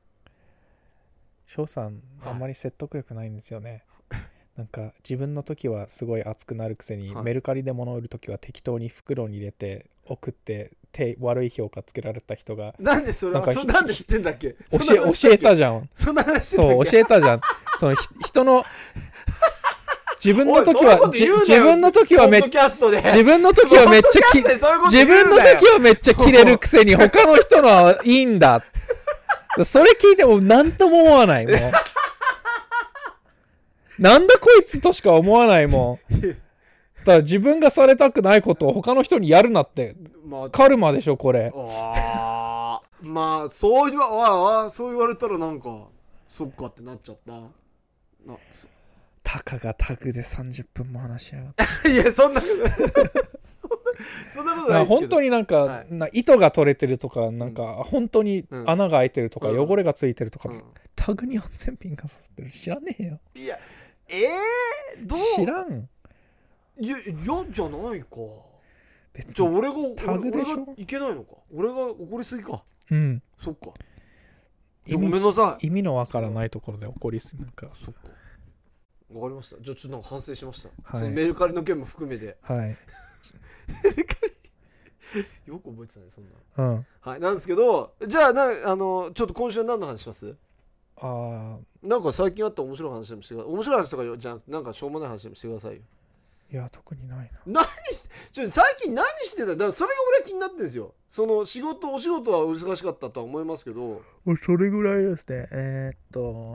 翔さん、はい、あんまり説得力ないんですよね。なんか自分の時はすごい熱くなるくせに、はい、メルカリで物を売る時は適当に袋に入れて送って手悪い評価つけられた人が、 なんでそれはそなんで知ってんだっけ。 教え教えたじゃん。 そんな話そう教えたじゃん。その人の自分の時は自分の時はめっちゃ自分の時はめっちゃき自分の時はめっちゃキレるくせに他の人のはいいんだ。それ聞いても何とも思わないもん。なんだこいつとしか思わないもん。だから自分がされたくないことを他の人にやるなって、まあ、カルマでしょこれ。 あまあそう言わあそう言われたらなんかそっかってなっちゃった。なたかがタグでさんじゅっぷんも話しやがっていやそんなそんなそんなことないですけど、 本当になんか、はい、な糸が取れてるとかなんか、うん、本当に穴が開いてるとか、うん、汚れがついてるとか、うん、タグに安全ピンがさせてる知らねえよ。 いやえー、どう知らん。 いや嫌じゃないか。じゃあ俺がタグでしょ。 俺がいけないのか。俺が怒りすぎか。 うん。 そっか。ごめんなさい。意味のわからないところで怒りすぎなんか。 そっか。わかりました。じゃあちょっとなんか反省しました。はい、そのメルカリの件も含めて。 はい。メルカリよく覚えてたねそんな。 うん。 はいなんですけど、じゃあなあのちょっと今週は何の話します？ ああ。 なんか最近あった面白い話でもしてください。面白い話とかじゃなくてなんかしょうもない話でもしてくださいよ。 いや特にないな。何しちょ最近何してた？だからそれが俺は気になってるんですよ。その仕事お仕事は難しかったとは思いますけど。 それぐらいですね。えー、っと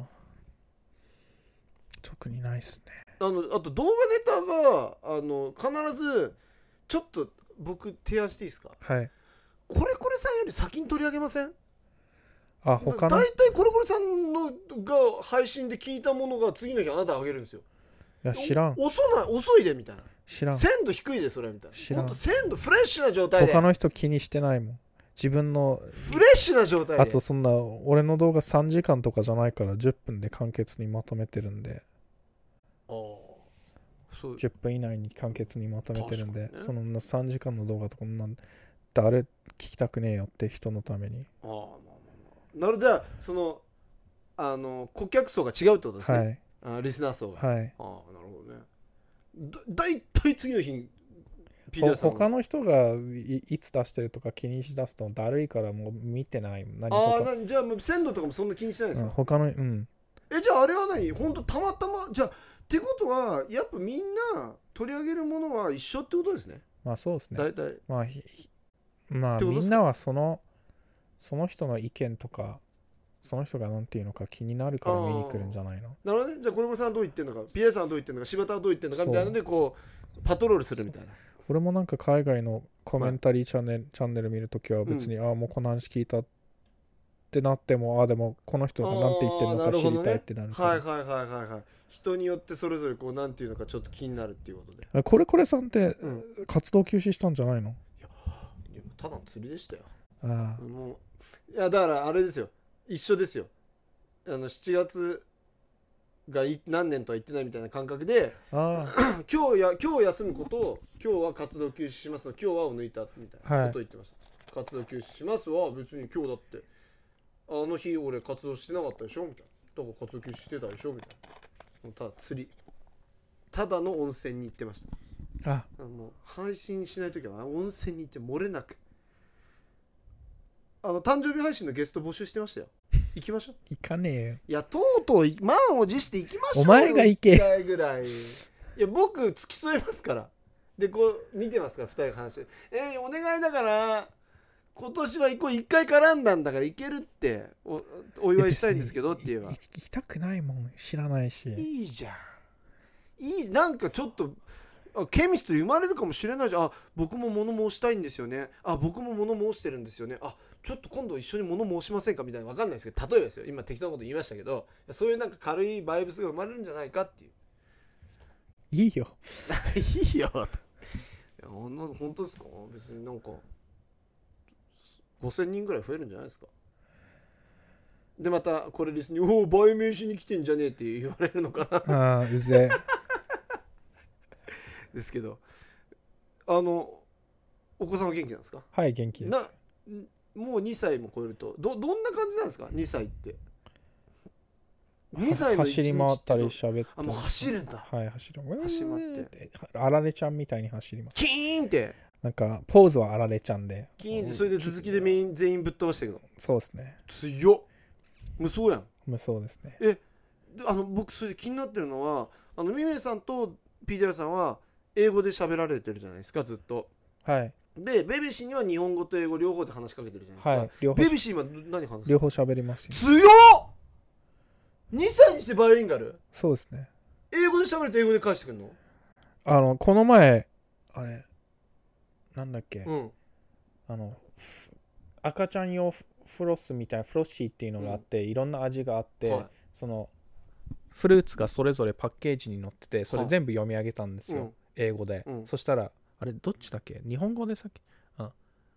特にないっすね。 あのあと動画ネタがあの必ずちょっと僕提案していいですか？ はい。 これこれさんより先に取り上げません？ あ他の大体これこれさんのが配信で聞いたものが次の日あなたあげるんですよ。 いや知らん。 遅ない遅いでみたいな。 知らん。 鮮度低いでそれみたいな。 知らん。 もっと鮮度フレッシュな状態で。 他の人気にしてないもん。自分のフレッシュな状態で。 あとそんな俺の動画さんじかんとかじゃないからじゅっぷんで簡潔にまとめてるんで。 ああ。そうじゅっぷん以内に簡潔にまとめてるんで、ね、そのさんじかんの動画とかなん誰聞きたくねえよって人のために。 ああまあまあまあ。なるほど。じゃあそのあの顧客層が違うってことですね。はい。あリスナー層が。 はい。 ああなるほどね。だ, だいたい次の日にピーターさん他の人が い, いつ出してるとか気にしだすとだるいからもう見てない。 何ああじゃあ鮮度とかもそんな気にしてないですか？ うん、他のうんえじゃああれは何本当たまたまじゃあってことはやっぱみんな取り上げるものは一緒ってことですね。 まあそうですね。 大体まあまあみんなはそのその人の意見とかその人がなんていうのか気になるから見に来るんじゃないの。 なるほどね。じゃあこれこれさんどう言ってんのか ピーエー さんどう言ってんのか柴田はどう言ってんのかみたいなのでこうパトロールするみたいな。 俺もなんか海外のコメンタリーチャンネル、はい、チャンネル見るときは別に、うん、ああもうこの話聞いたってってなっても、あでもこの人が何て言ってるのか知りたいってなる、 ね、はいはいはいはいはい。人によってそれぞれこうなんていうのかちょっと気になるっていうことで。 これこれさんって活動休止したんじゃないの？ いやただの釣りでしたよ。 あもういやだからあれですよ、一緒ですよ。あのしちがつが何年とは言ってないみたいな感覚で、 あ今日や今日休むことを今日は活動休止しますの今日はを抜いたみたいなことを言ってました、はい、活動休止しますは別に今日だってあの日俺活動してなかったでしょみたいな、だから活動休止してたでしょみたいな、ただ釣りただの温泉に行ってました。 ああの配信しないときは温泉に行って漏れなくあの誕生日配信のゲスト募集してましたよ。行きましょう。 行かねえよ。 いやとうとう満を持して行きましょうよ。 お前が行け。 いっかいぐらい。いや僕付き添えますから。でこう見てますからふたりが話してえー、お願いだから今年は行こういっかい絡んだんだから行けるって お, お祝いしたいんですけどって言えば行きたくないもん知らないし。 いいじゃん。いいなんかちょっとケミスト生まれるかもしれないじゃん。あ僕も物申したいんですよね。あ僕も物申してるんですよね。あちょっと今度一緒に物申しませんかみたいな分かんないですけど例えばですよ今適当なこと言いましたけどそういうなんか軽いバイブスが生まれるんじゃないかっていう。 いいよいいよいや本当ですか。別になんかごせんにんぐらい増えるんじゃないですか。でまたこれリスにおお売名しに来てんじゃねえって言われるのかな。 ああうぜですけどあのお子さんは元気なんですか。 はい元気です。 なもうにさいも超えると ど, どんな感じなんですかにさいって。にさいの走り回ったり喋ってあもう走るんだ。 はい走る走り回ってあられちゃんみたいに走ります。 キーンってなんかポーズはあられちゃんでキーンってそれで続きでメイン全員ぶっ飛ばしたけどそうですね。 強っ無双やん。 無双ですね。 えあの僕それで気になってるのはあのミメさんと ピーディーアール さんは英語で喋られてるじゃないですかずっと。 はいでベビーシーには日本語と英語両方で話しかけてるじゃないですか、 はい、両方ベビーシー今何話す両方喋りますよ。 強っにさいにしてバイリンガル。 そうですね。 英語で喋ると英語で返してくるの。 あのこの前あれなんだっけ、 うん、 あの赤ちゃん用フロスみたいなフロッシーっていうのがあって、うん、いろんな味があって、はい、そのフルーツがそれぞれパッケージに載っててそれ全部読み上げたんですよ、はい、英語で、うん、そしたらあれどっちだっけ日本語でさっきあ、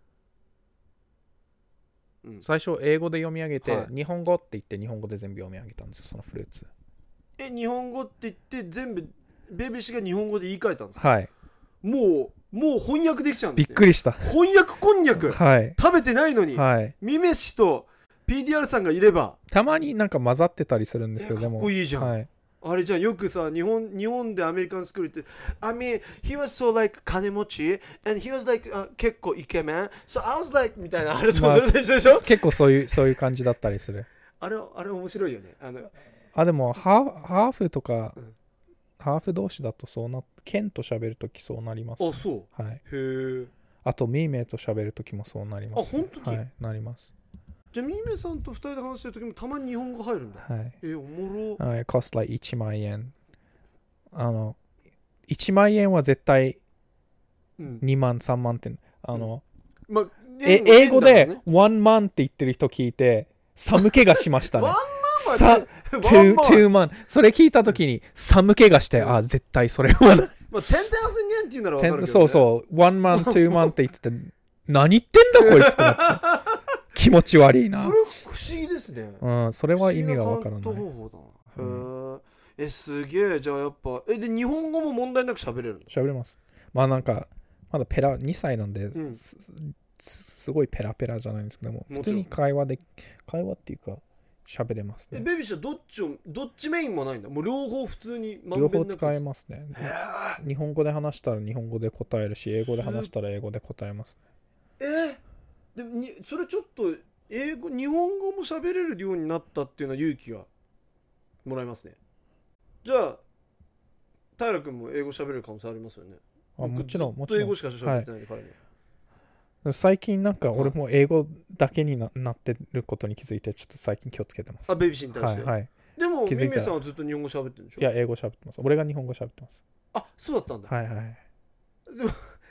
うん、最初英語で読み上げて、はい、日本語って言って日本語で全部読み上げたんですよそのフルーツ。 え日本語って言って全部ベビーシが日本語で言い換えたんですか。 はいもうもう翻訳できちゃうんですね。 びっくりした。 翻訳こんにゃく、はい、食べてないのに、はい、ミメシと ピーディーアール さんがいればたまになんか混ざってたりするんですけど、 かっこいいじゃん、はい、あれじゃあよくさ日本日本でアメリカンスクールって I mean he was so like 金持ち and he was like、uh, 結構イケメン so I was like みたいなあれともそれで一緒でしょ、まあ、 結構そういうそういう感じだったりするあれあれ面白いよね。あのあでもハーハーフとか、うん、ハーフ同士だとそうなケンと喋るときそうなります、ね、 あそう、 はい、へえ。 あとミーメイと喋るときもそうなります、 ね、あ本当に、 はい、なります。 じゃあミーメイさんとふたりで話してるときもたまに日本語入るんだ。 はい。 えおもろ。 はい、cost like いちまん円。あのいちまん円は絶対にまんさんまんってあの、うんまあ、え英語でいちまんって言ってる人聞いて寒気がしましたね。さにまんそれ聞いたときに寒気がして、うん、あ絶対それはない。 まあ、じゅうまん円っていうなら分かるけど、ね、 そうそういちまんにまんって言ってて何言ってんだこいつって気持ち悪いな。 それ不思議ですね。 うん、それは意味が分からない。 不思議なカウント方法だ。へー、うん、えすげえ。じゃあやっぱえで日本語も問題なく喋れるの。 喋れます。まあなんかまだペラにさいなんで、うん、す, すごいペラペラじゃないんですけども普通に会話で会話っていうか喋れますね。 えベビーシはどっちをどっちメインもないんだ。もう両方普通に両方使えますね。日本語で話したら日本語で答えるし英語で話したら英語で答えますね。えー、でもにそれちょっと英語日本語も喋れるようになったっていうのは勇気がもらえますね。じゃあ平君も英語喋れる可能性ありますよね。 あもちろんもちろん。英語しか喋ってないんで、彼に。 最近なんか俺も英語だけに な, なってることに気づいてちょっと最近気をつけてます。 あベビーシーに対して。 はい、はい、 でもミメさんはずっと日本語喋ってるんでしょ。 いや英語喋ってます。俺が日本語喋ってます。 あそうだったんだ。 はいはい。 でも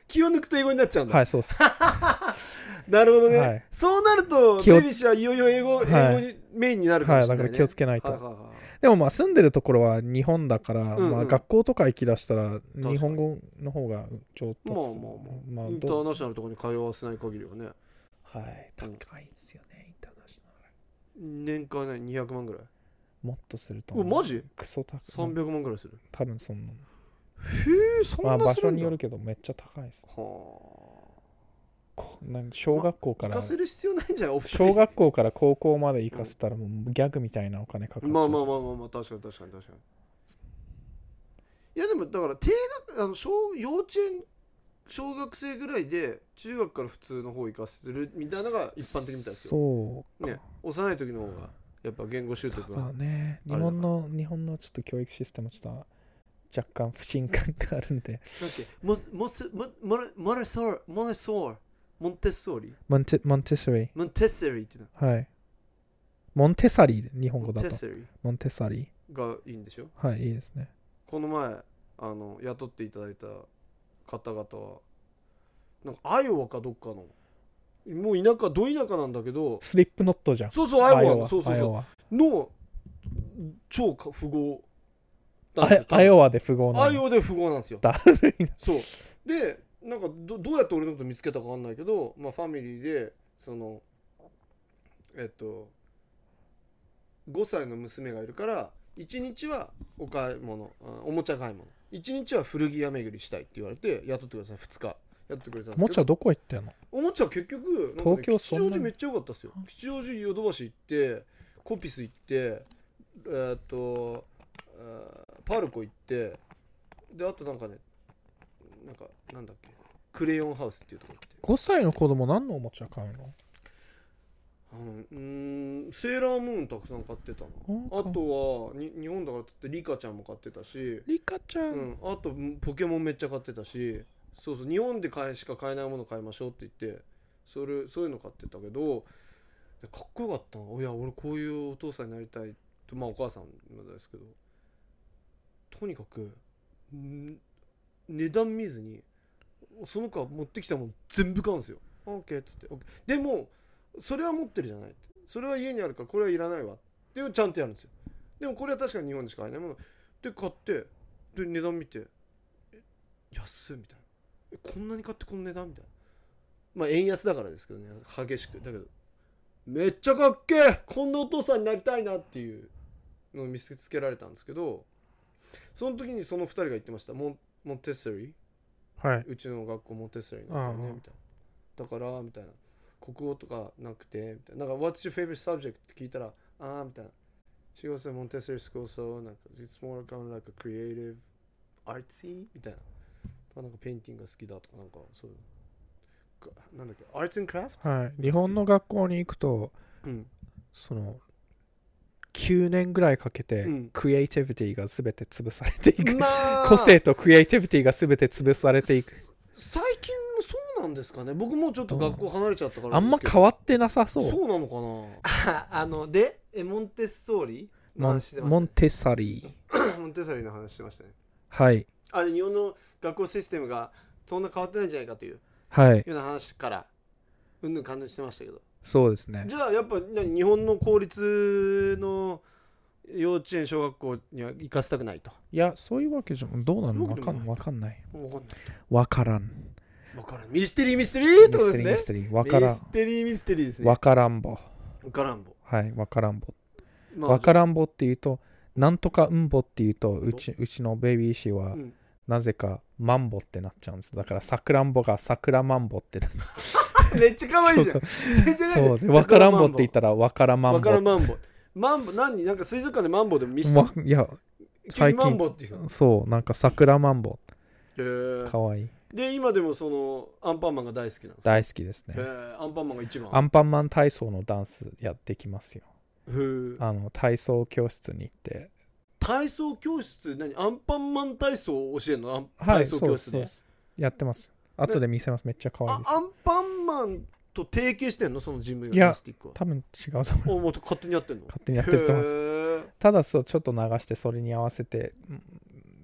気を抜くと英語になっちゃうんだ。 はい、そうです。 なるほどね、 はい、 そうなると気をデビッシュはいよいよ英語、 はい英語にメインになるかもしれない、ね。 はい、だから気をつけないと。 はいはいはい、 でもまあ住んでるところは日本だから、 うんうん、 まあ、学校とか行きだしたらに日本語の方がちょっとまあまあまあ、まあ、インターナショナルとかに通わせない限りはね。 はい、高いんですよね、インターナショナル。 年間ねにひゃくまんぐらい。 もっとすると。 マジクソ高い。 さんびゃくまんぐらいする。 多分そんな。 へえ、そんなするんだ。 まあ場所によるけどめっちゃ高いです。 はあ。 なん小学校から、 行かせる必要ないんじゃない、お二人。 小学校から高校まで行かせたらもうギャグみたいなお金かかっちゃう。 まあまあまあまあまあ、確かに確かに確かに。いやでもだから低学あの小幼稚園小学生ぐらいで中学から普通の方行かせるみたいなのが一般的みたいですよ。 そうか、 ね、幼い時の方がやっぱ言語習得が。 ただね、日本の日本のちょっと教育システムちょっと若干不信感があるんで。 なんてモモスモモレモレソーモレソーモンテッソーリモンテモンテッソリモンテッセリっていうー。はい。モンテサリー、日本語だと。 モンテッセリモンテサリがいいんでしょ。 ー。はい、いいですね。 この前あの雇っていただいた方々はなんかアイオワかどっかのもう田舎ど田舎なんだけど、 スリップノットじゃん。 そうそうアイオワのそうそうアイオそワうの超富豪アイアイオワで富豪なの。 アイオワで富豪なんですよ。 だるいな。 そうでなんか ど, どうやって俺のこと見つけたかわかんないけど、まあ、ファミリーでそのえっとごさいの娘がいるからいちにちはお買い物おもちゃ買い物いちにちは古着屋巡りしたいって言われて雇ってくださいふつかやってくれたんですけど、 おもちゃどこ行ってんの？ おもちゃ結局なんか、ね、 東京吉祥寺めっちゃ良かったですよ。吉祥寺ヨドバシ行ってコピス行ってえー、っとパルコ行ってであとなんかねなんかなんだっけクレヨンハウスっていうところ行ってごさいの子供何のおもちゃ買うの？ あのうーんセーラームーンたくさん買ってたな。あとはに日本だからっつってリカちゃんも買ってたしリカちゃん、 うん、あとポケモンめっちゃ買ってたしそうそう日本で買えしか買えないもの買いましょうって言ってそれそういうの買ってたけどかっこよかったな。いや俺こういうお父さんになりたいとまあお母さんもですけどとにかくん値段見ずにその子は持ってきたもの全部買うんですよ。 OK っつって OK でもそれは持ってるじゃないそれは家にあるからこれはいらないわっていうちゃんとやるんですよ。でもこれは確かに日本でしか買えないもので買ってで値段見てえ安いみたいなえこんなに買ってこの値段みたいなまあ円安だからですけどね激しくだけどめっちゃかっけえこんなお父さんになりたいなっていうのを見せつけられたんですけどその時にそのふたりが言ってました。モン、モンテッセリはい、 うちの学校モンテッセリなんだよねみたいなだからみたいな国語とかなくてみたいななんか What's your favorite subject って聞いたらああみたいな She goes to Montessori school so なんか It's more kind of like a creative artsy みたいななんかペインティングが好きだとかなんかそういうなんだっけ Arts and Crafts はい、日本の学校に行くと、 うん、 そのきゅうねんぐらいかけて、うん、クリエイティビティが全て潰されていく、まあ、個性とクリエイティビティが全て潰されていく。 最近もそうなんですかね。僕もちょっと学校離れちゃったからあんま変わってなさそう。 そうなのかな。あ, あのでえモンテッソーリモン, モンテッサリーモンテッサリーの話してましたね。 はいあれ日本の学校システムがそんな変わってないんじゃないかという、 はい、 いうような話からうんぬん感じしてましたけどそうですね。 じゃあやっぱ何日本の公立の幼稚園小学校には行かせたくないと。 いやそういうわけじゃどうなのわかんわかんないわからんわからんミステリーミステリーってことですね。 ミステリーミステリーわからんミステリーミステリーですね。 わからんぼわからんぼはいわからんぼ、 まあ、 わからんぼっていうとなんとかうんぼっていうとうちうちのベビーシーは、うん、なぜかマンボってなっちゃうんです。だからさくらんぼがさくらマンボってなるめっちゃ可愛いじゃんそうでわからんぼって言ったらわからマンボわからマンボマンボ何なんか水族館でマンボでも見せた、ま、 いや最近マンボっていうそうなんか桜マンボへーかわいいで今でもそのアンパンマンが大好きなんですか。 大好きですね。 へーアンパンマンが一番アンパンマン体操のダンスやってきますよ。 へーあの体操教室に行って体操教室何アンパンマン体操を教えるの。 はい体操教室で、 そうですやってます。後で見せます。めっちゃ可愛いです。 あアンパンマンと提携してんのそのジムいや多分違うと思います。 おもっと勝手にやってんの。 勝手にやってると思います。ただそうちょっと流してそれに合わせて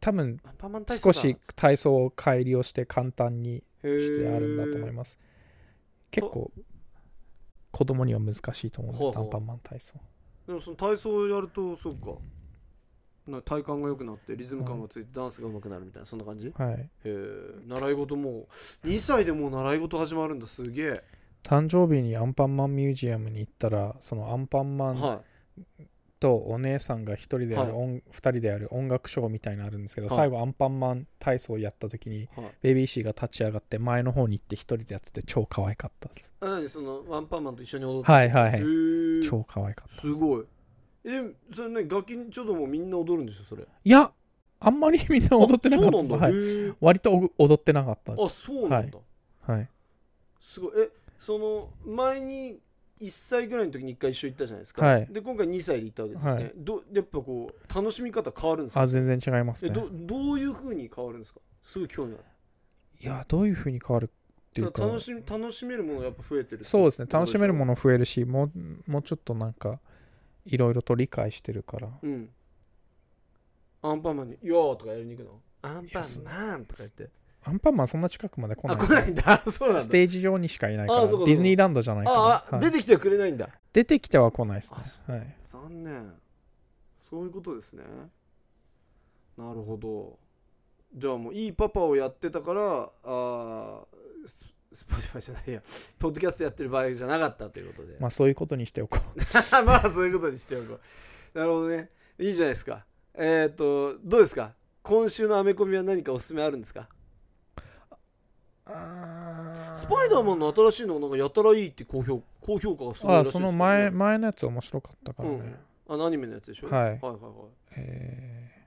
多分アンパンマン体操だ少し体操を改良して簡単にしてあるんだと思いす。 ます。結構子供には難しいと思うんで、 ほうほうアンパンマン体操。 でもその体操をやるとそうか。な体幹が良くなってリズム感がついてダンスが上手くなるみたいなそんな感じ。 はい。 へえ。習い事もうにさいでもう習い事始まるんだ。すげえ。 誕生日にアンパンマンミュージアムに行ったら、そのアンパンマンはとお姉さんが一人でやる、 は音二人でやる音楽ショーみたいなのあるんですけど、 はい最後アンパンマン体操をやった時にいはい。 ベビーシーが立ち上がって前の方に行って一人でやってて超可愛かったです。 あ、何そのワンパンマンと一緒に踊ってはいはいはい。 へえ。 超可愛かったです。 すごい。え、それね、ガキンチョどもみんな踊るんでしょそれ。 いや、あんまりみんな踊ってなかったです。 あそうなんだ。 はい。 へえ。 割とお踊ってなかったであ、 す。 そうなんだ。 はい。 すごい。え、その前にいっさいぐらいの時にいっかい一緒行ったじゃないですか。 はいで、今回にさいで行ったわけですね。 はいどやっぱこう楽しみ方変わるんですか。 あ、全然違いますえ、 ね。 どどういう風に変わるんですか。すごい興味ある。 いや、どういう風に変わるっていうか、 楽しみ楽しめるものがやっぱ増えてる。 そうですね、楽しめるもの。 の増えるし、もうもうちょっとなんかいろいろと理解してるから。 うん。アンパンマンに「よー」とかやりに行くの。アンパンマンとか言って。 アンパンマンそんな近くまで来ないあ、 んで。 来ないんだ。そうなんだ。 ステージ上にしかいないから、デあそうかそうかィズニーランドじゃないから、 ああ、 はい出てきてはくれないんだ。 出てきては来ないですねあそ。 はい。 残念。そういうことですね。なるほど。じゃあもういいパパをやってたからあススポティファイじゃないやポッドキャストやってる場合じゃなかったということで、 まあそういうことにしておこう。 まあそういうことにしておこう。なるほどね。いいじゃないですか。えっ、ー、とどうですか。今週のアメコミは何かおすすめあるんですか。スパイダーマンの新しいのがなんかやたらいいって高評高評価がすごいらしいですよね。 あ、その前前のやつ面白かったからね。 うん、あのアニメのやつでしょ。 はいはいはいはい。 えー、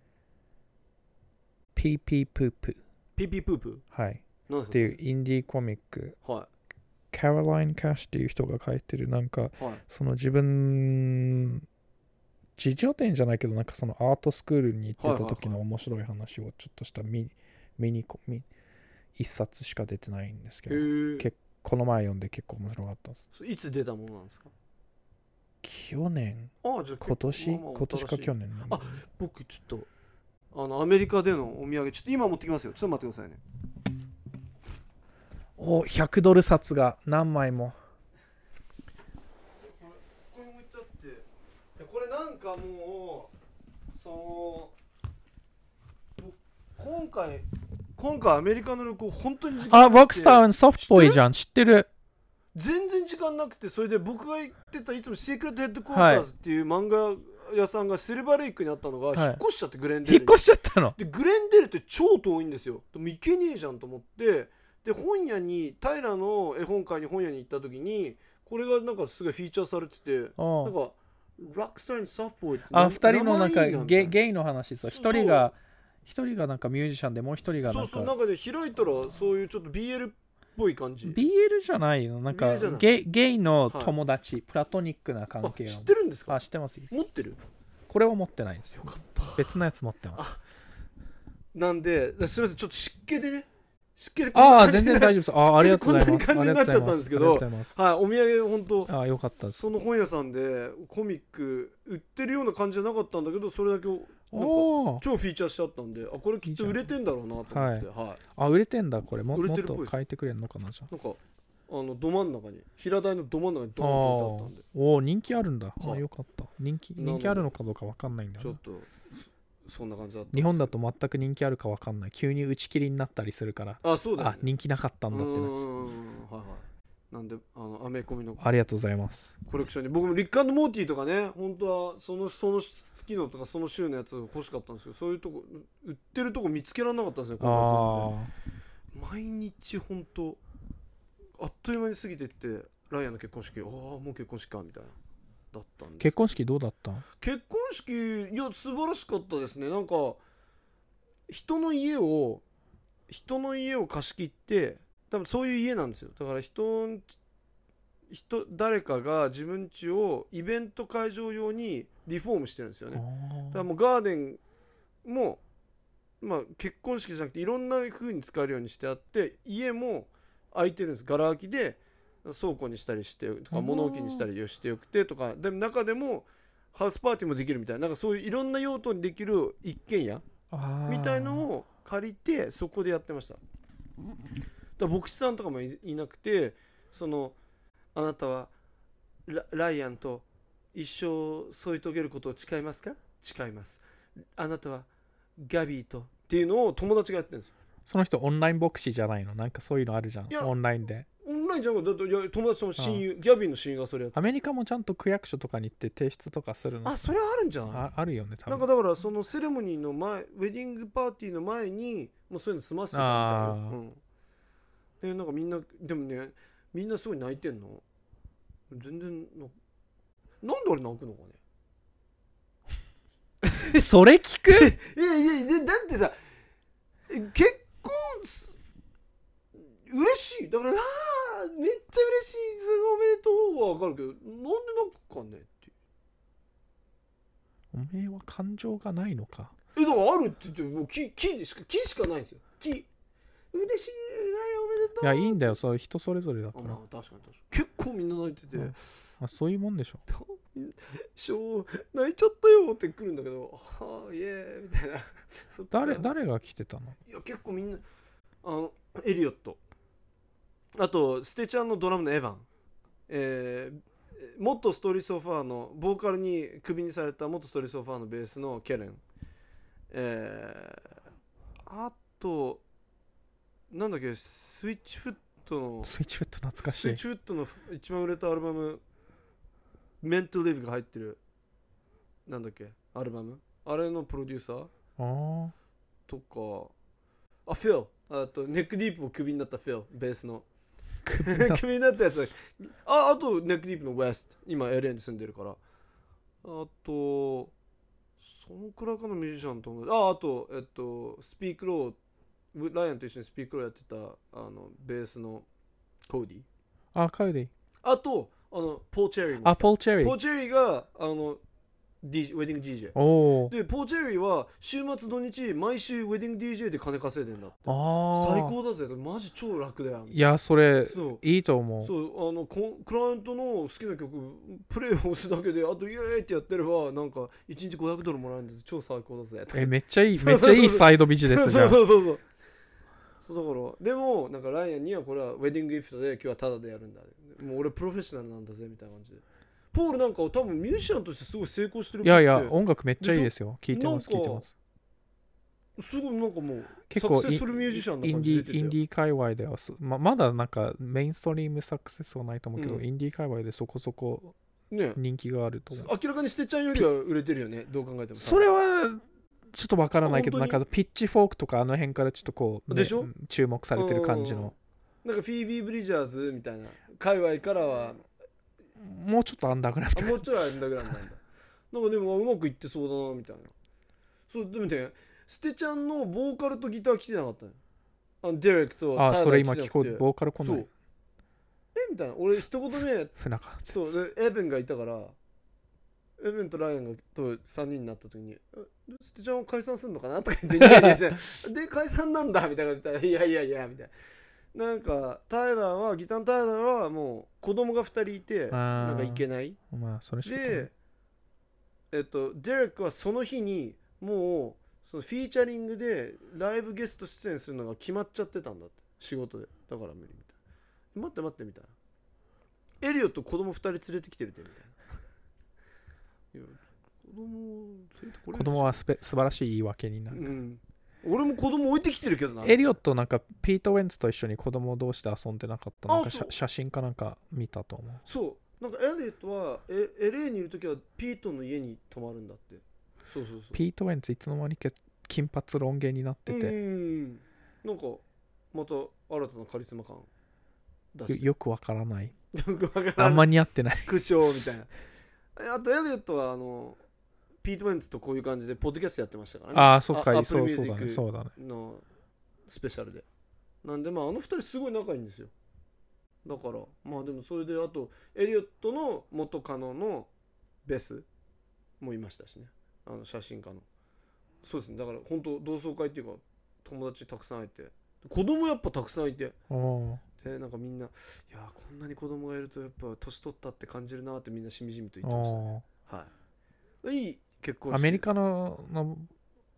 ピーピープープピーピープープはいなんですかっていうインディーコミック、 はカロライン・キャッシュっていう人が書いてる、なんかいはいその自分自助点じゃないけど、なんかそのアートスクールに行ってた時の面白い話をちょっとしたミミニコミ一冊しか出てないんですけど、 へー結この前読んで結構面白かったです。 それいつ出たものなんですか。 去年ああじゃあ今年、 まあまあ今年か新しい去年なんであ僕ちょっとあのアメリカでのお土産ちょっと今持ってきますよ。ちょっと待ってくださいね。 おひゃくドル札が何枚も。 これ置いてあってこれなんかもうその今回今回アメリカの旅行本当に時間あ、 なくてロックスターソフトボーイじゃん。知ってる。 全然時間なくて、それで僕が行ってたいつもシークレットヘッドクォーターズっていう漫画屋さんがシルバーレイクにあったのがはい引っ越しちゃって、グレンデールに引っ越しちゃったの。 でグレンデールって超遠いんですよ。でも行けねえじゃんと思って、で本屋に平の絵本会に本屋に行った時にこれがなんかすごいフィーチャーされてて、なんあかラックスターにサフボーイってあ、二人のなんか名前いいなみたいなゲゲイの話さ。一人が一人がなんかミュージシャンで、もう一人がなかそうんそうなんかで開いたらそういうちょっと ビーエル っぽい感じ。 ビーエル じゃないの、なんかビーエル じゃないゲイゲイの友達、プラトニックな関あ係の。 知ってるんですか。 あ、知ってますよ。 持ってる。 これは持ってないんですよ。 よかった。 別のやつ持ってます。 なんですみませんちょっと湿気でね湿気でああ、全然大丈夫です。ああ、ありがとうございます。 こんな感じになっちゃったんですけど、 ありがとうございます。 はい、お土産本当ああ、よかったですそ。の本屋さんでコミック売ってるような感じじゃなかったんだけど、それだけなんかおお。 超フィーチャーしてあったんで、あこれきっと売れてんだろうなと思って、はい、 あ、売れてんだ、これ。ももっ売れてるっぽいと書いてくれんのかな、じゃなんかあのど真ん中に平台のど真ん中にあ。 ドーンと置いてあったんで、 おお、人気あるんだ。あはいよかった。人気、 なので人気あるのかどうかわかんないんだよな。 ちょっとそんな感じだったんです。 日本だと全く人気あるかわかんない。急に打ち切りになったりするから。 あそうだよ、ね、 あ、人気なかったんだってな。 うーんはいはい。なんであのアメコミのありがとうございます。 コレクションに僕もリック&モーティーとかね、本当はそのその月のとかその週のやつ欲しかったんですけど、そういうとこ売ってるとこ見つけられなかったんですよ。今あ回全然毎日本当あっという間に過ぎてってライアンの結婚式、ああもう結婚式かみたいなだったんです。 結婚式どうだった？ 結婚式いや素晴らしかったですね。なんか人の家を人の家を貸し切って、多分そういう家なんですよ。だから人人誰かが自分家をイベント会場用にリフォームしてるんですよね。だからもうガーデンもまあ結婚式じゃなくていろんな風に使えるようにしてあって、家も空いてるんです。ガラ空きで倉庫にしたりしてとか物置にしたりしてよくてとか、でも中でもハウスパーティーもできるみたいな、なんかそういういろんな用途にできる一軒家みたいのを借りてそこでやってました。だから牧師さんとかも い, いなくて、そのあなたは ラ, ライアンと一生添い遂げることを誓いますか？誓います。あなたはガビーとっていうのを友達がやってるんですよ。 その人オンライン牧師じゃないの？なんかそういうのあるじゃん、オンラインで。 オンラインじゃなくて、だっていや友達との親友、ギャビーの親友がそれやってアメリカもちゃんと区役所とかに行って提出とかするの？ あ、それはあるんじゃない？ あ, あるよね、多分。 なんかだからそのセレモニーの前、ウェディングパーティーの前にもうそういうの済ませてたみたいな、うん、でなんかみんなでもね、みんなすごい泣いてんの。全然のなんで俺泣くのかねそれ聞くいやいやいや、だってさ、結婚嬉しいだから、あめっちゃ嬉しい、すごいおめでとうは分かるけど、なんで泣くかねっていう。 おめえは感情がないのか。 え、だからあるって言ってもう木、木しか木しかないんですよ。木。嬉しい、ライオンおめでとう。 いや、いいんだよ、そう人それぞれだから。 あ、まあ、確かに確かに結構みんな泣いてて、うん、 まあ、そういうもんでしょ。 しょう泣いちゃったよって来るんだけど、はあ、イエーイみたいな誰誰が来てたの？ いや結構みんな、あのエリオット、あとステちゃんのドラムのエヴァン、えー、元ストーリーソファーのボーカルにクビにされた元ストーリーソファーのベースのケレン、えー、あとなんだっけ、スイッチフットのスイッチフット懐かしい。 スイッチフットの一番売れたアルバムメントリブが入ってるなんだっけアルバム、あれのプロデューサーあとか、あフィル、あとネックディープもクビになったフィル、ベースのクビになったやつ、ああとネックディープのウェスト、今 エルエー に住んでるから、あとそのくらいかな、ミュージシャンと思う。ああとえっとスピークロー、ライアンと一緒にスピークローやってたあのベースのコーディ、 あ、カウディ、 あとあのポーチェリーも、 あ、ポーチェリー、 ポーチェリーがあの ディージェー ウェディング ディージェーおで、ポーチェリーは週末土日毎週ウェディング ディージェー で金稼いでんだって。 あ最高だぜ、マジ超楽だよ。 いや、それそういいと思う。 そうあのクライアントの好きな曲プレイを押すだけで、あとイエーイってやってればなんかいちにちごひゃくドルもらえるんです、超最高だぜ。 え、めっちゃいい、めっちゃいいサイドビジネスじゃん。 そうそうそうそうそうだから、でもなんかライアンにはこれはウェディングギフトで今日はタダでやるんだ、もう俺プロフェッショナルなんだぜみたいな感じで。ポールなんか多分ミュージシャンとしてすごい成功してる。 いやいや、音楽めっちゃいいですよ。聞いてます聞いてます。 すごいなんかもう結構サクセスフルミュージシャンなインディ感じで出てて、 インディー界隈ではす ま, まだなんかメインストリームサクセスはないと思うけど、 うん、 インディー界隈でそこそこね人気があると思う。 明らかにステちゃんよりは売れてるよね、どう考えても。 それはちょっとわからないけど、なんかピッチフォークとかあの辺からちょっとこう、ね、 でしょ、 注目されてる感じの。 なんかフィービー・ブリジャーズみたいな界隈からはもうちょっとアンダーグラウンド、 もうちょいアンダーグラウンドなんだ。なんかでもうまくいってそうだなみたいな。そうでもね、ステちゃんのボーカルとギター来てなかったの。あのデレクとタイラー。あ、それ今聞こう、ボーカル来ない。 えみたいな。俺一言目不仲そうでエベンがいたから、エベンとライアンがとさんにんになった時に、ステちゃんは解散するのかなとか言ってニヤニヤしてで解散なんだみたいなこと言ったら、いやいやいやみたいな。なんかタイラーはギターのタイラーはもう子供がふたりいてなんかいけない。 まあそれしかで、えっとデレックはその日にもうそのフィーチャリングでライブゲスト出演するのが決まっちゃってたんだって、仕事で。だから無理みたいな。待って待ってみたいな。エリオット子供ふたり連れてきてるってみたいな。いや子供連れてこれ子供はスペ素晴らしい言い訳になる、 うん、俺も子供置いてきてるけどな。 エリオットなんかピート・ウェンツと一緒に子供同士で遊んでなかった。なんか写真かなんか見たと思う。 そうなんかエリオットはエ エルエー にいるときはピートの家に泊まるんだって。そうそうそう。 ピート・ウェンツいつの間にか金髪ロン毛になってて、 うんなんかまた新たなカリスマ感出してよ, よくわからないよくわからないあんま似合ってない苦笑みたいな。あとエリオットはあのピート・ウェンツとこういう感じでポッドキャストやってましたからね。 ああ、そっか、 アそうップルミュージックそうだね。 のスペシャルで。なんでまああの二人すごい仲いいんですよ。だからまあでもそれであとエリオットの元カノのベスもいましたしね。あの写真家の。そうですね。だから本当同窓会っていうか友達たくさんいて、子供やっぱたくさんいて。でなんかみんないやこんなに子供がいるとやっぱ年取ったって感じるなってみんなしみじみと言ってましたね。はい。いい結婚式。 アメリカのの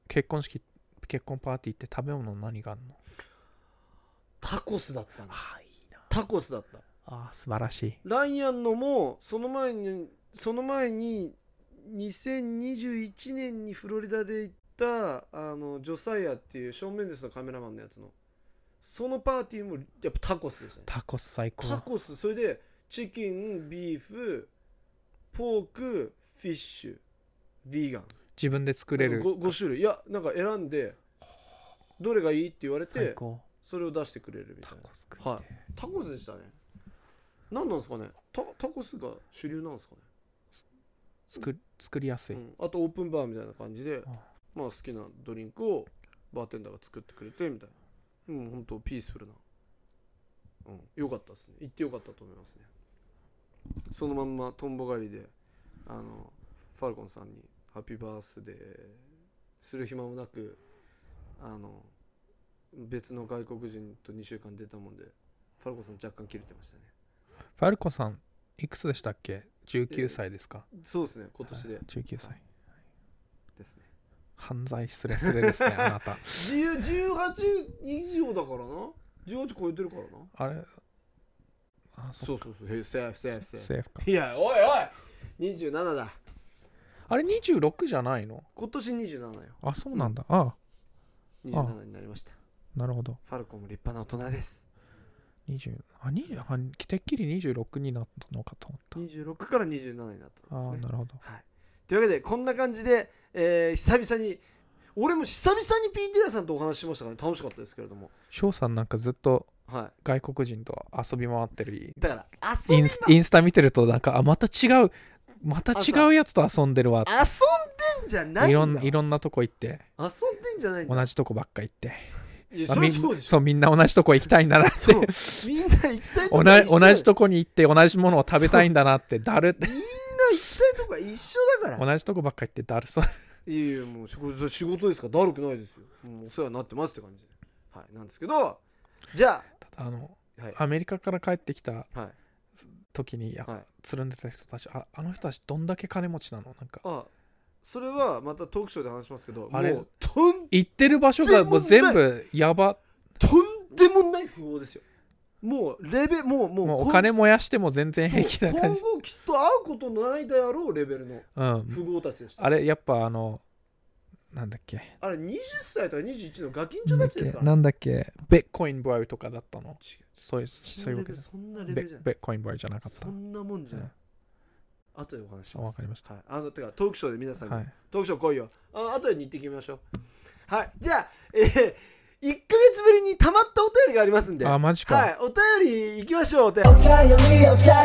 結婚式結婚パーティーって食べ物何があるの？ タコスだったの。 ああいいな。 タコスだった。 ああ素晴らしい。 ライアンのもその前にその前ににせんにじゅういちねんにフロリダで行ったあのジョサイアっていうショーン・メンデスのカメラマンのやつのそのパーティーもやっぱタコスでしたね。 タコス最高。 タコス、それでチキン、ビーフ、ポーク、フィッシュ、ビーガン、 自分で作れる 5, ご種類、いやなんか選んでどれがいいって言われてそれを出してくれるみたいな。 タコス食いて、 はい、タコスでしたね。何なんですかね、 タ, タコスが主流なんですかね。 作, 作りやすい、 うん、あとオープンバーみたいな感じで、 あまあ好きなドリンクをバーテンダーが作ってくれてみたいな。うん、本当ピースフルな、うん、よかったですね。行ってよかったと思いますね。そのまんまとんぼ狩りであのファルコンさんにハッピーバースデーする暇もなく、あの別の外国人とにしゅうかん出たもんでファルコンさん若干切れてましたね。 ファルコンさんいくつでしたっけ？じゅうきゅうさいですか？ そうですね、今年でじゅうきゅうさいですね。 犯罪すれすれですねあなたじゅう、じゅうはち以上だからな。じゅうはち超えてるからな。 あれあそそうそうそう、セーフセーフセーフ。 セーフか。 いやおいおいにじゅうななだ。 あれにじゅうろくじゃないの？ 今年にじゅうななよ。 あそうなんだ、うん、ああにじゅうななになりました。 なるほど。 ファルコンも立派な大人です。 にじゅうあにあてっきりにじゅうろくになったのかと思った。 にじゅうろくからにじゅうななになったんですね。 ああなるほど、 はい、というわけでこんな感じで、えー、久々に俺も久々にピーティラさんとお話ししましたから、ね、楽しかったですけれども、 翔さんなんかずっとは外国人と遊び回ってる、 い、だから遊びインスインスタ見てるとなんかあまた違うまた違うやつと遊んでるわ。 遊んでんじゃないんだ。 いろんいろんなとこ行って遊んでんじゃないんだ。 同じとこばっか行って、 いやそりゃそうでしょ。 そうみんな同じとこ行きたいんだなってそうみんな行きたいとこ同一緒じ同じとこに行って同じものを食べたいんだなってだるってみんな行きたいとこは一緒だから。 同じとこばっか行ってだるそう。 いやいやもう仕事、仕事ですからだるくないですよ。もうお世話になってますって感じで、はい、なんですけど、じゃただあの、 はい、 アメリカから帰ってきたはい時にや、 はい、 つるんでた人たち あ, あの人たちどんだけ金持ちなのなんかあそれはまたトークショーで話しますけど、 あれもうとん行ってる場所がもう全部やば、 とんでもない富豪ですよ。もうレベもうもうもうお金燃やしても全然平気な今感じ。 後きっと会うことのないであろうレベルのうん富豪たちでした。 あれやっぱあのなんだっけあれにじゅっさいとかにじゅういちのガキンチョたちですから。 なんだっけベッコインボーイとかだったの。そういうそういうわけでそんなレベルじゃない。 ベッコインボーイじゃなかった。 そんなもんじゃない。 うん後でお話しします。 わかりました。 はい、あのてかトークショーで皆さんに、 はい、 トークショー来いよ。あ後で行ってきましょう。はい、じゃあ、えー、いっかげつぶりにたまったお便りがありますんで、 あマジか。 はい、お便り行きましょう。お便りお便りお便りお便り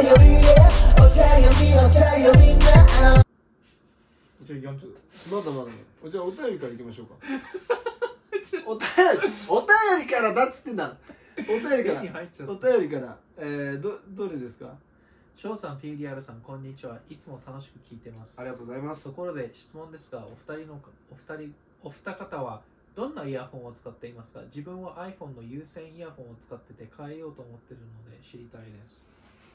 お便りな。まだまだじゃあお便りから行きましょうか。お便りお便りからだっつってんだ。お便りからお便りから、えー、どどれですか。 翔さん、ピーディーアール さん、こんにちは。いつも楽しく聞いてます。 ありがとうございます。 ところで質問ですが、お二人のお二人お二方はどんなイヤホンを使っていますか？自分は iPhone の有線イヤホンを使ってて変えようと思ってるので知りたいです。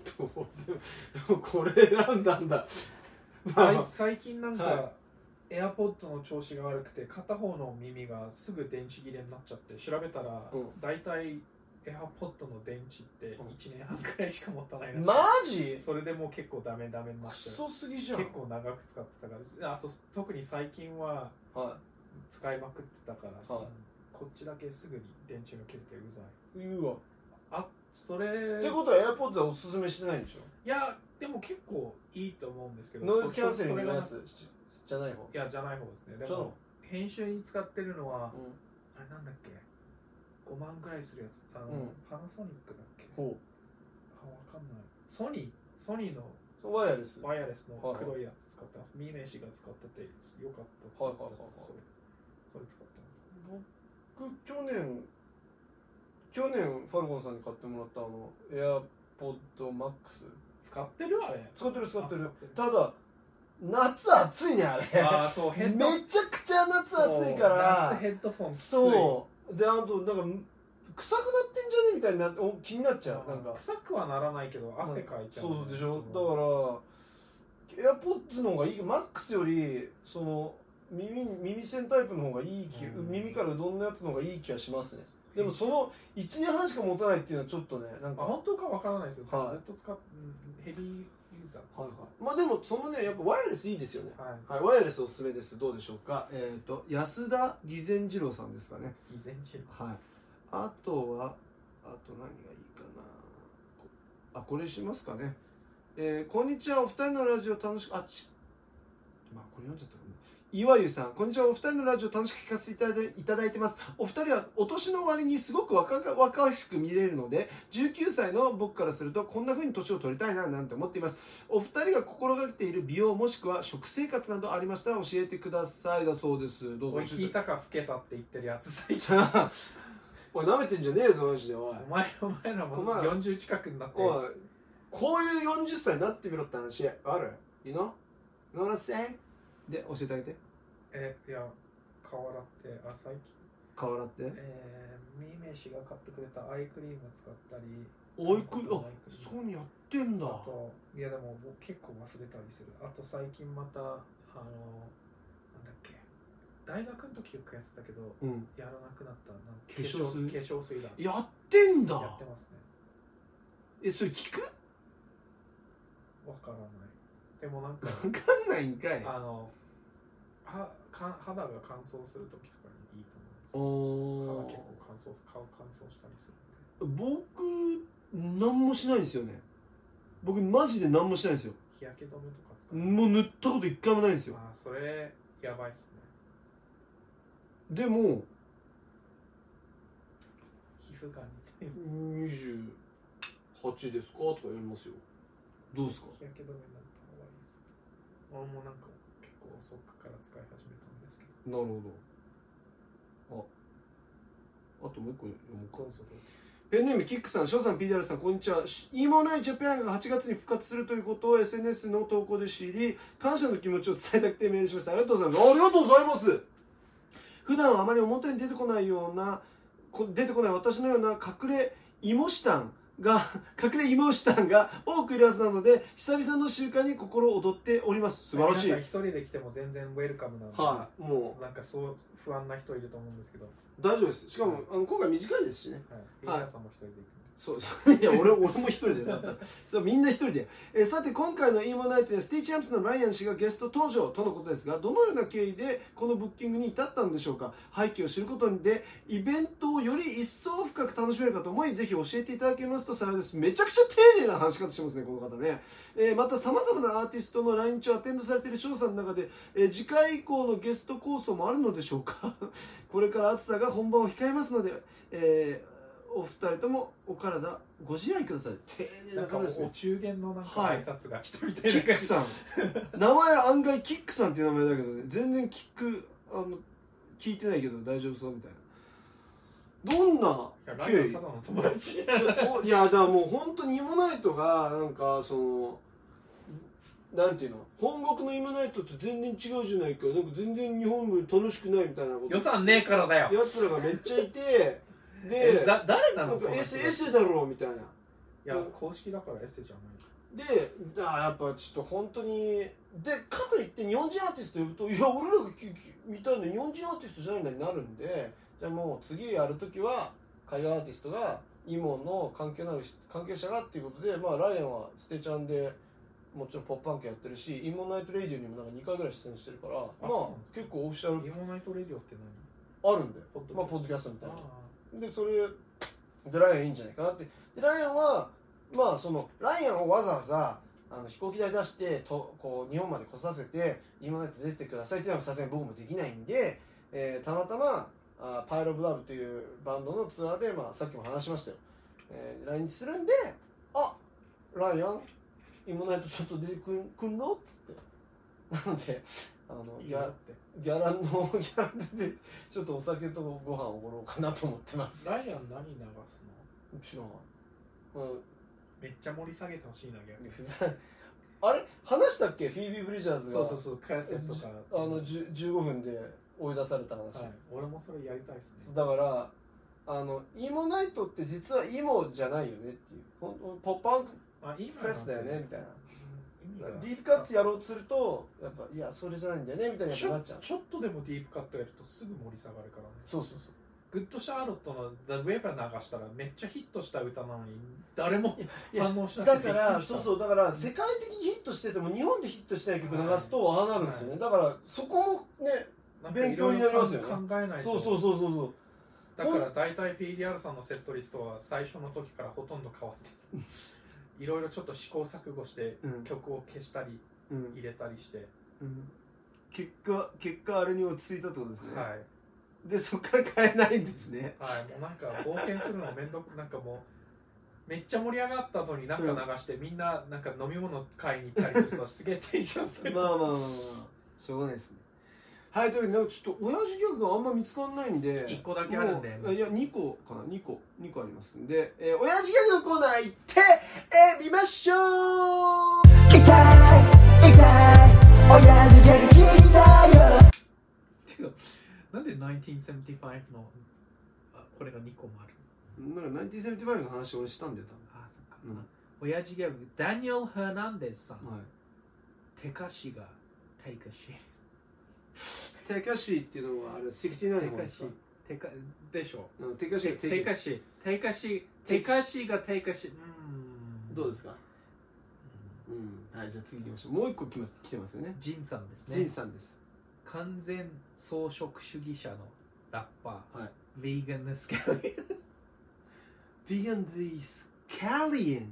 これ選んだんだ。 最近なんか、 は AirPods の調子が悪くて片方の耳がすぐ電池切れになっちゃって調べたら、 うん、 だいたいAirPods の電池っていちねんはんくらいしか持たないの、 マジ？ それでもう結構ダメダメになっちゃう。 クソすぎじゃん。 結構長く使ってたから。あと特に最近は使いまくってたから、はい、こっちだけすぐに電池が切れてうざい。 うわ。 あそれってことは AirPods はおすすめしてないんでしょ？ いやでも結構いいと思うんですけど。 ノイズキャンセリングのやつじゃない方？ いやじゃない方ですね。でも編集に使ってるのは、うん、あれなんだっけごまんぐらいするやつ、あの、うん、パナソニックだっけ。ほう。あ、わかんない。ソニー、ソニーのワイヤレス、 ワイヤレスの黒いやつ使ってます。ミーメイシが使っててよかった。 はいはいはいはい。それ、 それ使ってます。 僕去年去年ファルコンさんに買ってもらったあの AirPod Max 使ってるあれ。 使ってる使ってる。ただ夏暑いねあれ。 あそうヘッド。 めちゃくちゃ夏暑いから。 夏ヘッドフォンきつい。 そう。であとなんか臭くなってんじゃねみたいなお気になっちゃう。なんか臭くはならないけど汗かいちゃう、ね、 そうでしょ。だから AirPods の方がいい。マックスよりその耳耳栓タイプの方がいい気、 うん耳からうどんのやつの方がいい気がしますね。でもそのいちねんはんしか持たないっていうのはちょっとねなんか、 あ本当かわからないですよ、 はいずっと使っヘビーユーザー。 はいはい、まあでもそのねやっぱワイヤレスいいですよね。 はいはい、ワイヤレスおすすめです。どうでしょうか。えっ、ー、と安田偽善次郎さんですかね。 偽善中。 はい。あとはあと何がいいかな。こあこれしますかね。えー、こんにちは、お二人のラジオ楽しくあちまあこれ読んじゃったかな。岩湯さん、こんにちは、お二人のラジオ楽しく聞かせていただいいただいてます。お二人はお年の割にすごく若か若しく見れるので、じゅうきゅうさいの僕からするとこんな風に年を取りたいななんて思っています。お二人が心がけている美容もしくは食生活などありましたら教えてくださいだそうです。どうぞおい教えて。 聞いたか老けたって言ってるやつ最近。 おい舐めてんじゃねえぞマジで。おいお前お前らもお前よんじゅう近くになって。 おいこういうよんじゅっさいになってみろって話ある You know? You know what I'm saying? で教えてあげて。 えいや顔洗ってあ最近顔洗ってえー、ミーメイ氏が買ってくれたアイクリーム使ったり。 おいくあそうにやってんだ。 あといやでも僕結構忘れたりする。あと最近またあのなんだっけ大学の時よくやってたけど、 うん、 やらなくなったなんか化粧水化粧水だ。 やってんだ。 やってますね。 えそれ聞くわからない。でもなんかわかんないんかい。 あのはか肌が乾燥する時とかにいいと思います。肌結構乾燥顔乾燥したりするんで。 僕何もしないんですよね。僕マジで何もしないんですよ。 日焼け止めとか使う。 もう塗ったこと一回もないんですよ。 あそれやばいっすね。 でも皮膚が似てる。 にじゅうはちですかとかやりますよ。どうですか。 日焼け止めになった方がいいです。俺もなんか結構遅くから使い始めたんですけど。 なるほど。ああともう一個読もうか。 どうぞどうぞ。 ペンネームキックさん、翔さん、ピーディーアール さん、こんにちは。イーモナイジャパンがはちがつに復活するということを エスエヌエス の投稿で知り、感謝の気持ちを伝えたくてメールしました。ありがとうございます。ありがとうございます。普段はあまり表に出てこないような、こ出てこない私のような隠れ芋シタンが、隠れ芋シタンが多くいるはずなので、久々の習慣に心躍っております。素晴らしい。 皆さん一人で来ても全然ウェルカムなんで、 はい、もうなんかそう不安な人いると思うんですけど、 大丈夫です。しかも、あの今回短いですしね。 はい、皆さんも一人で行くんで。 そうそういや俺俺も一人でだったらそうみんな一人で、えー、さて今回のイーモナイトにはスティーチャンプスのライアン氏がゲスト登場とのことですが、どのような経緯でこのブッキングに至ったのでしょうか。背景を知ることでイベントをより一層深く楽しめるかと思い、ぜひ教えていただけますと幸いです。めちゃくちゃ丁寧な話し方してますねこの方ね。えー、またさまざまなアーティストの来日をアテンドされている翔さんの中で、えー、次回以降のゲスト構想もあるのでしょうか。これから暑さが本番を控えますので、えーお二人ともお体ご自愛ください。丁寧な方ですね。 お中元のなんか挨拶が来たみたいなキックさん名前案外キックさんっていう名前だけどね、全然キックあの聞いてないけど大丈夫そうみたいな。どんな経緯。いやただの友達いやだからもう本当にイモナイトがなんかそのなんていうの、本国のイモナイトって全然違うじゃないか、なんか全然日本より楽しくないみたいなこと予算ねえからだよ。 やつらがめっちゃいてでだ誰なのなんかエセエセだろうみたいな。いや公式だからエセじゃないで、あやっぱちょっと本当にでかといって日本人アーティスト呼ぶと、いや俺らが見たいの日本人アーティストじゃないんだになるんで、じゃあもう次やるときは海外アーティストがイモの関係のある関係者がっていうことで、まあライアンはステちゃんでもちろんポップパンクやってるし、イモナイトレディオにもなんかにかいぐらい出演してるから、まあ結構オフィシャルイモナイトレディオって何あるんで、まあポッドキャストみたいな。でそれでライアンいいんじゃないかなって。でライアンはまあそのライアンをわざわざあの飛行機代出してとこう日本まで来させて今まで出てくださいっていうのはさすがに僕もできないんで、えー、たまたまあパイル・オブ・ラブというバンドのツアーで、まあ、さっきも話しましたよ、えー、来日するんで、あライアン今ナイトちょっと出てくんくんのっつってなのであのギャギャラのギャラでちょっとお酒とご飯おごろうかなと思ってます。 ライアン何流す知らない、うん、 めっちゃ盛り下げてほしいな逆に。 ふざあれ話したっけ、フィービー・ブリジャーズがそうそうそうカセットとかあのじゅじゅうごふんで追い出された話、 はい、俺もそれやりたいっすね。 だからあのイモナイトって実はイモじゃないよねっていう、ほんポップパンクフェスだよねみたいな。 意味がディープカットやろうとするとやっぱいやそれじゃないんだよねみたいなちょなっちゃう。 ちょっとでもディープカットやるとすぐ盛り下がるからね。 そうそうそう。 グッドシャーロットの The River 流したらめっちゃヒットした歌なのに誰もいや反応しなくてだからそうそうだから世界的にヒットしてても日本でヒットしない曲流すとああなるんですよね、だからそこもね勉強になりますよね。 考えないと。 そうそうそうそうそう。 だから大体 ピーディーアール さんのセットリストは最初の時からほとんど変わっていろいろちょっと試行錯誤して曲を消したり入れたりして、 うんうん、結果結果あれに落ち着いたってことですね。 はい。 でそこから変えないんですね。 はい。もうなんか冒険するのめんどくなんかもうめっちゃ盛り上がった後になんか流して、うん、みんななんか飲み物買いに行ったりするとすげえテンションする。 まあまあまあまあしょうがないですね。はい、というわけでちょっと親父ギャグがあんま見つかんないんでいっこだけあるんで、 いやにこかなにこにこありますんで、えー、親父ギャグのコーナー行って、えー、見ましょう。痛い痛い親父ギャグ聞いたよ。 なんでせんきゅうひゃくななじゅうごのあこれがにこもある。 なんかせんきゅうひゃくななじゅうごの話俺したんだよ多分。 あ、そっか。うん、親父ギャグダニエル・ヘルナンデスさん。はい、テカシがテカシ。 テカシっていうのはあれろくじゅうきゅうの方ですか？ テカでしょ。 テカシテカシテカシテカシがテカシ。うん。 どうですか？うん。はい、じゃあ次行きましょう。もう一個来ます来てますよね。 ジンさんですね。 ジンさんです。 完全草食主義者のラッパー。 はい。 ヴィーガンのスカリエン。 ヴィーガンtheスカリエン。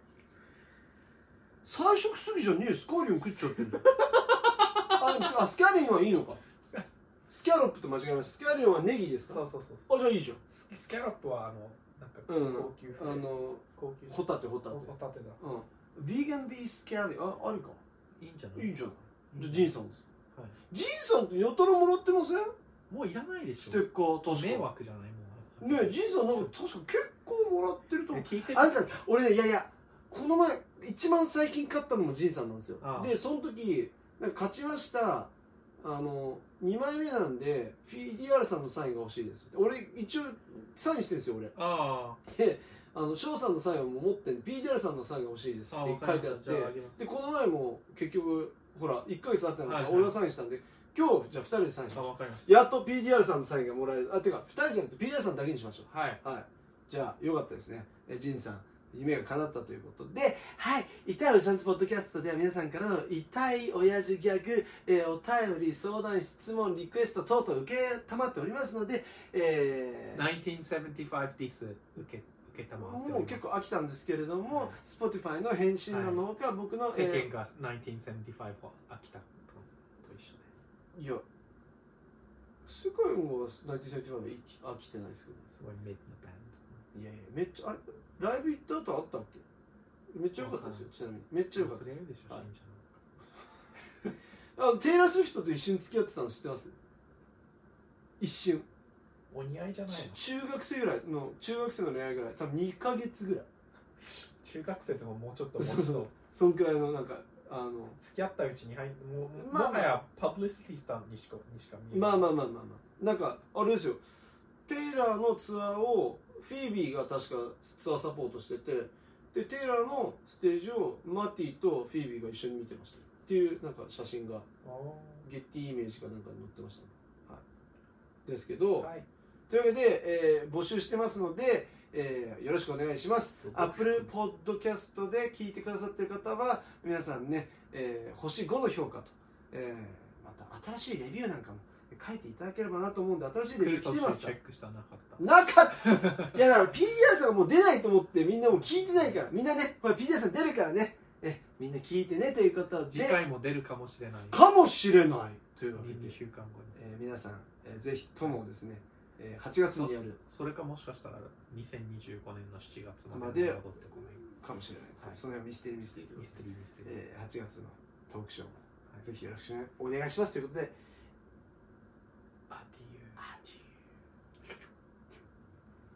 菜食すぎじゃねえスカリエン食っちゃってんだ。あ、スキャリオンはいいのか。スキャロップと間違えました。スキャリオンはネギですか？ そうそうそうそう。 あ、じゃあいいじゃん。 ス, スキャロップはあのなんか高級フレ、うん、あの高級ホタテホタテ。 ホタテだ。 うん。ビーガンディスキャリオンああるか。 いいんじゃない？ いいじゃん。じゃあジンさんです。 はい。 ジンさんってやたらもらってません？ もういらないでしょ。 ステッカー確か。 迷惑じゃないもん。ねえジンさんなんか確か結構もらってると思う。 聞いてあんた俺ねいやいやこの前一番最近買ったのもジンさんなんですよ。ああでその時なんか勝ちました。あのにまいめなんで ピーディーアール さんのサインが欲しいです俺一応サインしてるんですよ俺。 ああであの翔さんのサインはもう持ってる ピーディーアール さんのサインが欲しいですって書いてあってでこの前も結局ほらいっかげつあったので、はいはい、俺がサインしたんで今日じゃあふたりでサインしましょう。やっと ピーディーアール さんのサインがもらえる。あてかふたりじゃなくて ピーディーアール さんだけにしましょう。 はい、 はい、じゃあよかったですね。えジンさん夢が叶ったということで、はい、痛いおじさんズポッドキャストでは皆さんからの痛い親父ギャグ、えー、お便り、相談、質問、リクエスト等々受けたまっておりますので、えー、 せんきゅうひゃくななじゅうごディス受け受けたまっております。 もう結構飽きたんですけれども、はい、Spotify の返信なのか、はい、僕の、 世間がせんきゅうひゃくななじゅうごを飽きたと一緒で。いや、世界もせんきゅうひゃくななじゅうごで飽きてないですけど、 すごいメッドバンド。いやいや、めっちゃ、あれライブ行った後あったっけ？めっちゃ良かったですよ、ちなみに。めっちゃ良かったです。はい、あのテイラー・スウィフトと一緒に付き合ってたの知ってます？一瞬。 お似合いじゃないの？ 中学生ぐらいの、中学生の恋愛ぐらい、多分にかげつぐらい。 中学生でももうちょっとそうそう。そんくらいのなんか、あの付き合ったうちに入って、もう、まあ、もはやパブリシティスターにしかにしか見えない。 まあまあまあまあまあ。なんか、あれですよ。テイラーのツアーを、フィービーが確かツアーサポートしててでテイラーのステージをマティとフィービーが一緒に見てましたっていうなんか写真がゲッティイメージかなんかに載ってましたね、はい、ですけど、はい、というわけで、えー、募集してますので、えー、よろしくお願いします。 Apple Podcast で聞いてくださっている方は皆さんね、えー、星ごの評価と、えー、また新しいレビューなんかも書いていただければなと思うんで新しいレビュー来てますか？ チェックしたなかったなかったいやだから ピーディーアール さんがもう出ないと思ってみんなもう聞いてないからみんなねこれ ピーディーアール さん出るからねえみんな聞いてねということで次回も出るかもしれないかもしれないというわけでにしゅうかんごに、 えー、皆さん、えー、ぜひともですね、えー、はちがつにやるそ, それかもしかしたらにせんにじゅうごねんのしちがつまで戻ってこないかもしれないです、はい、その辺はミステリーミステリーミステリーミステリー、えー、はちがつのトークショーも、はい、ぜひよろしくお願いしますということで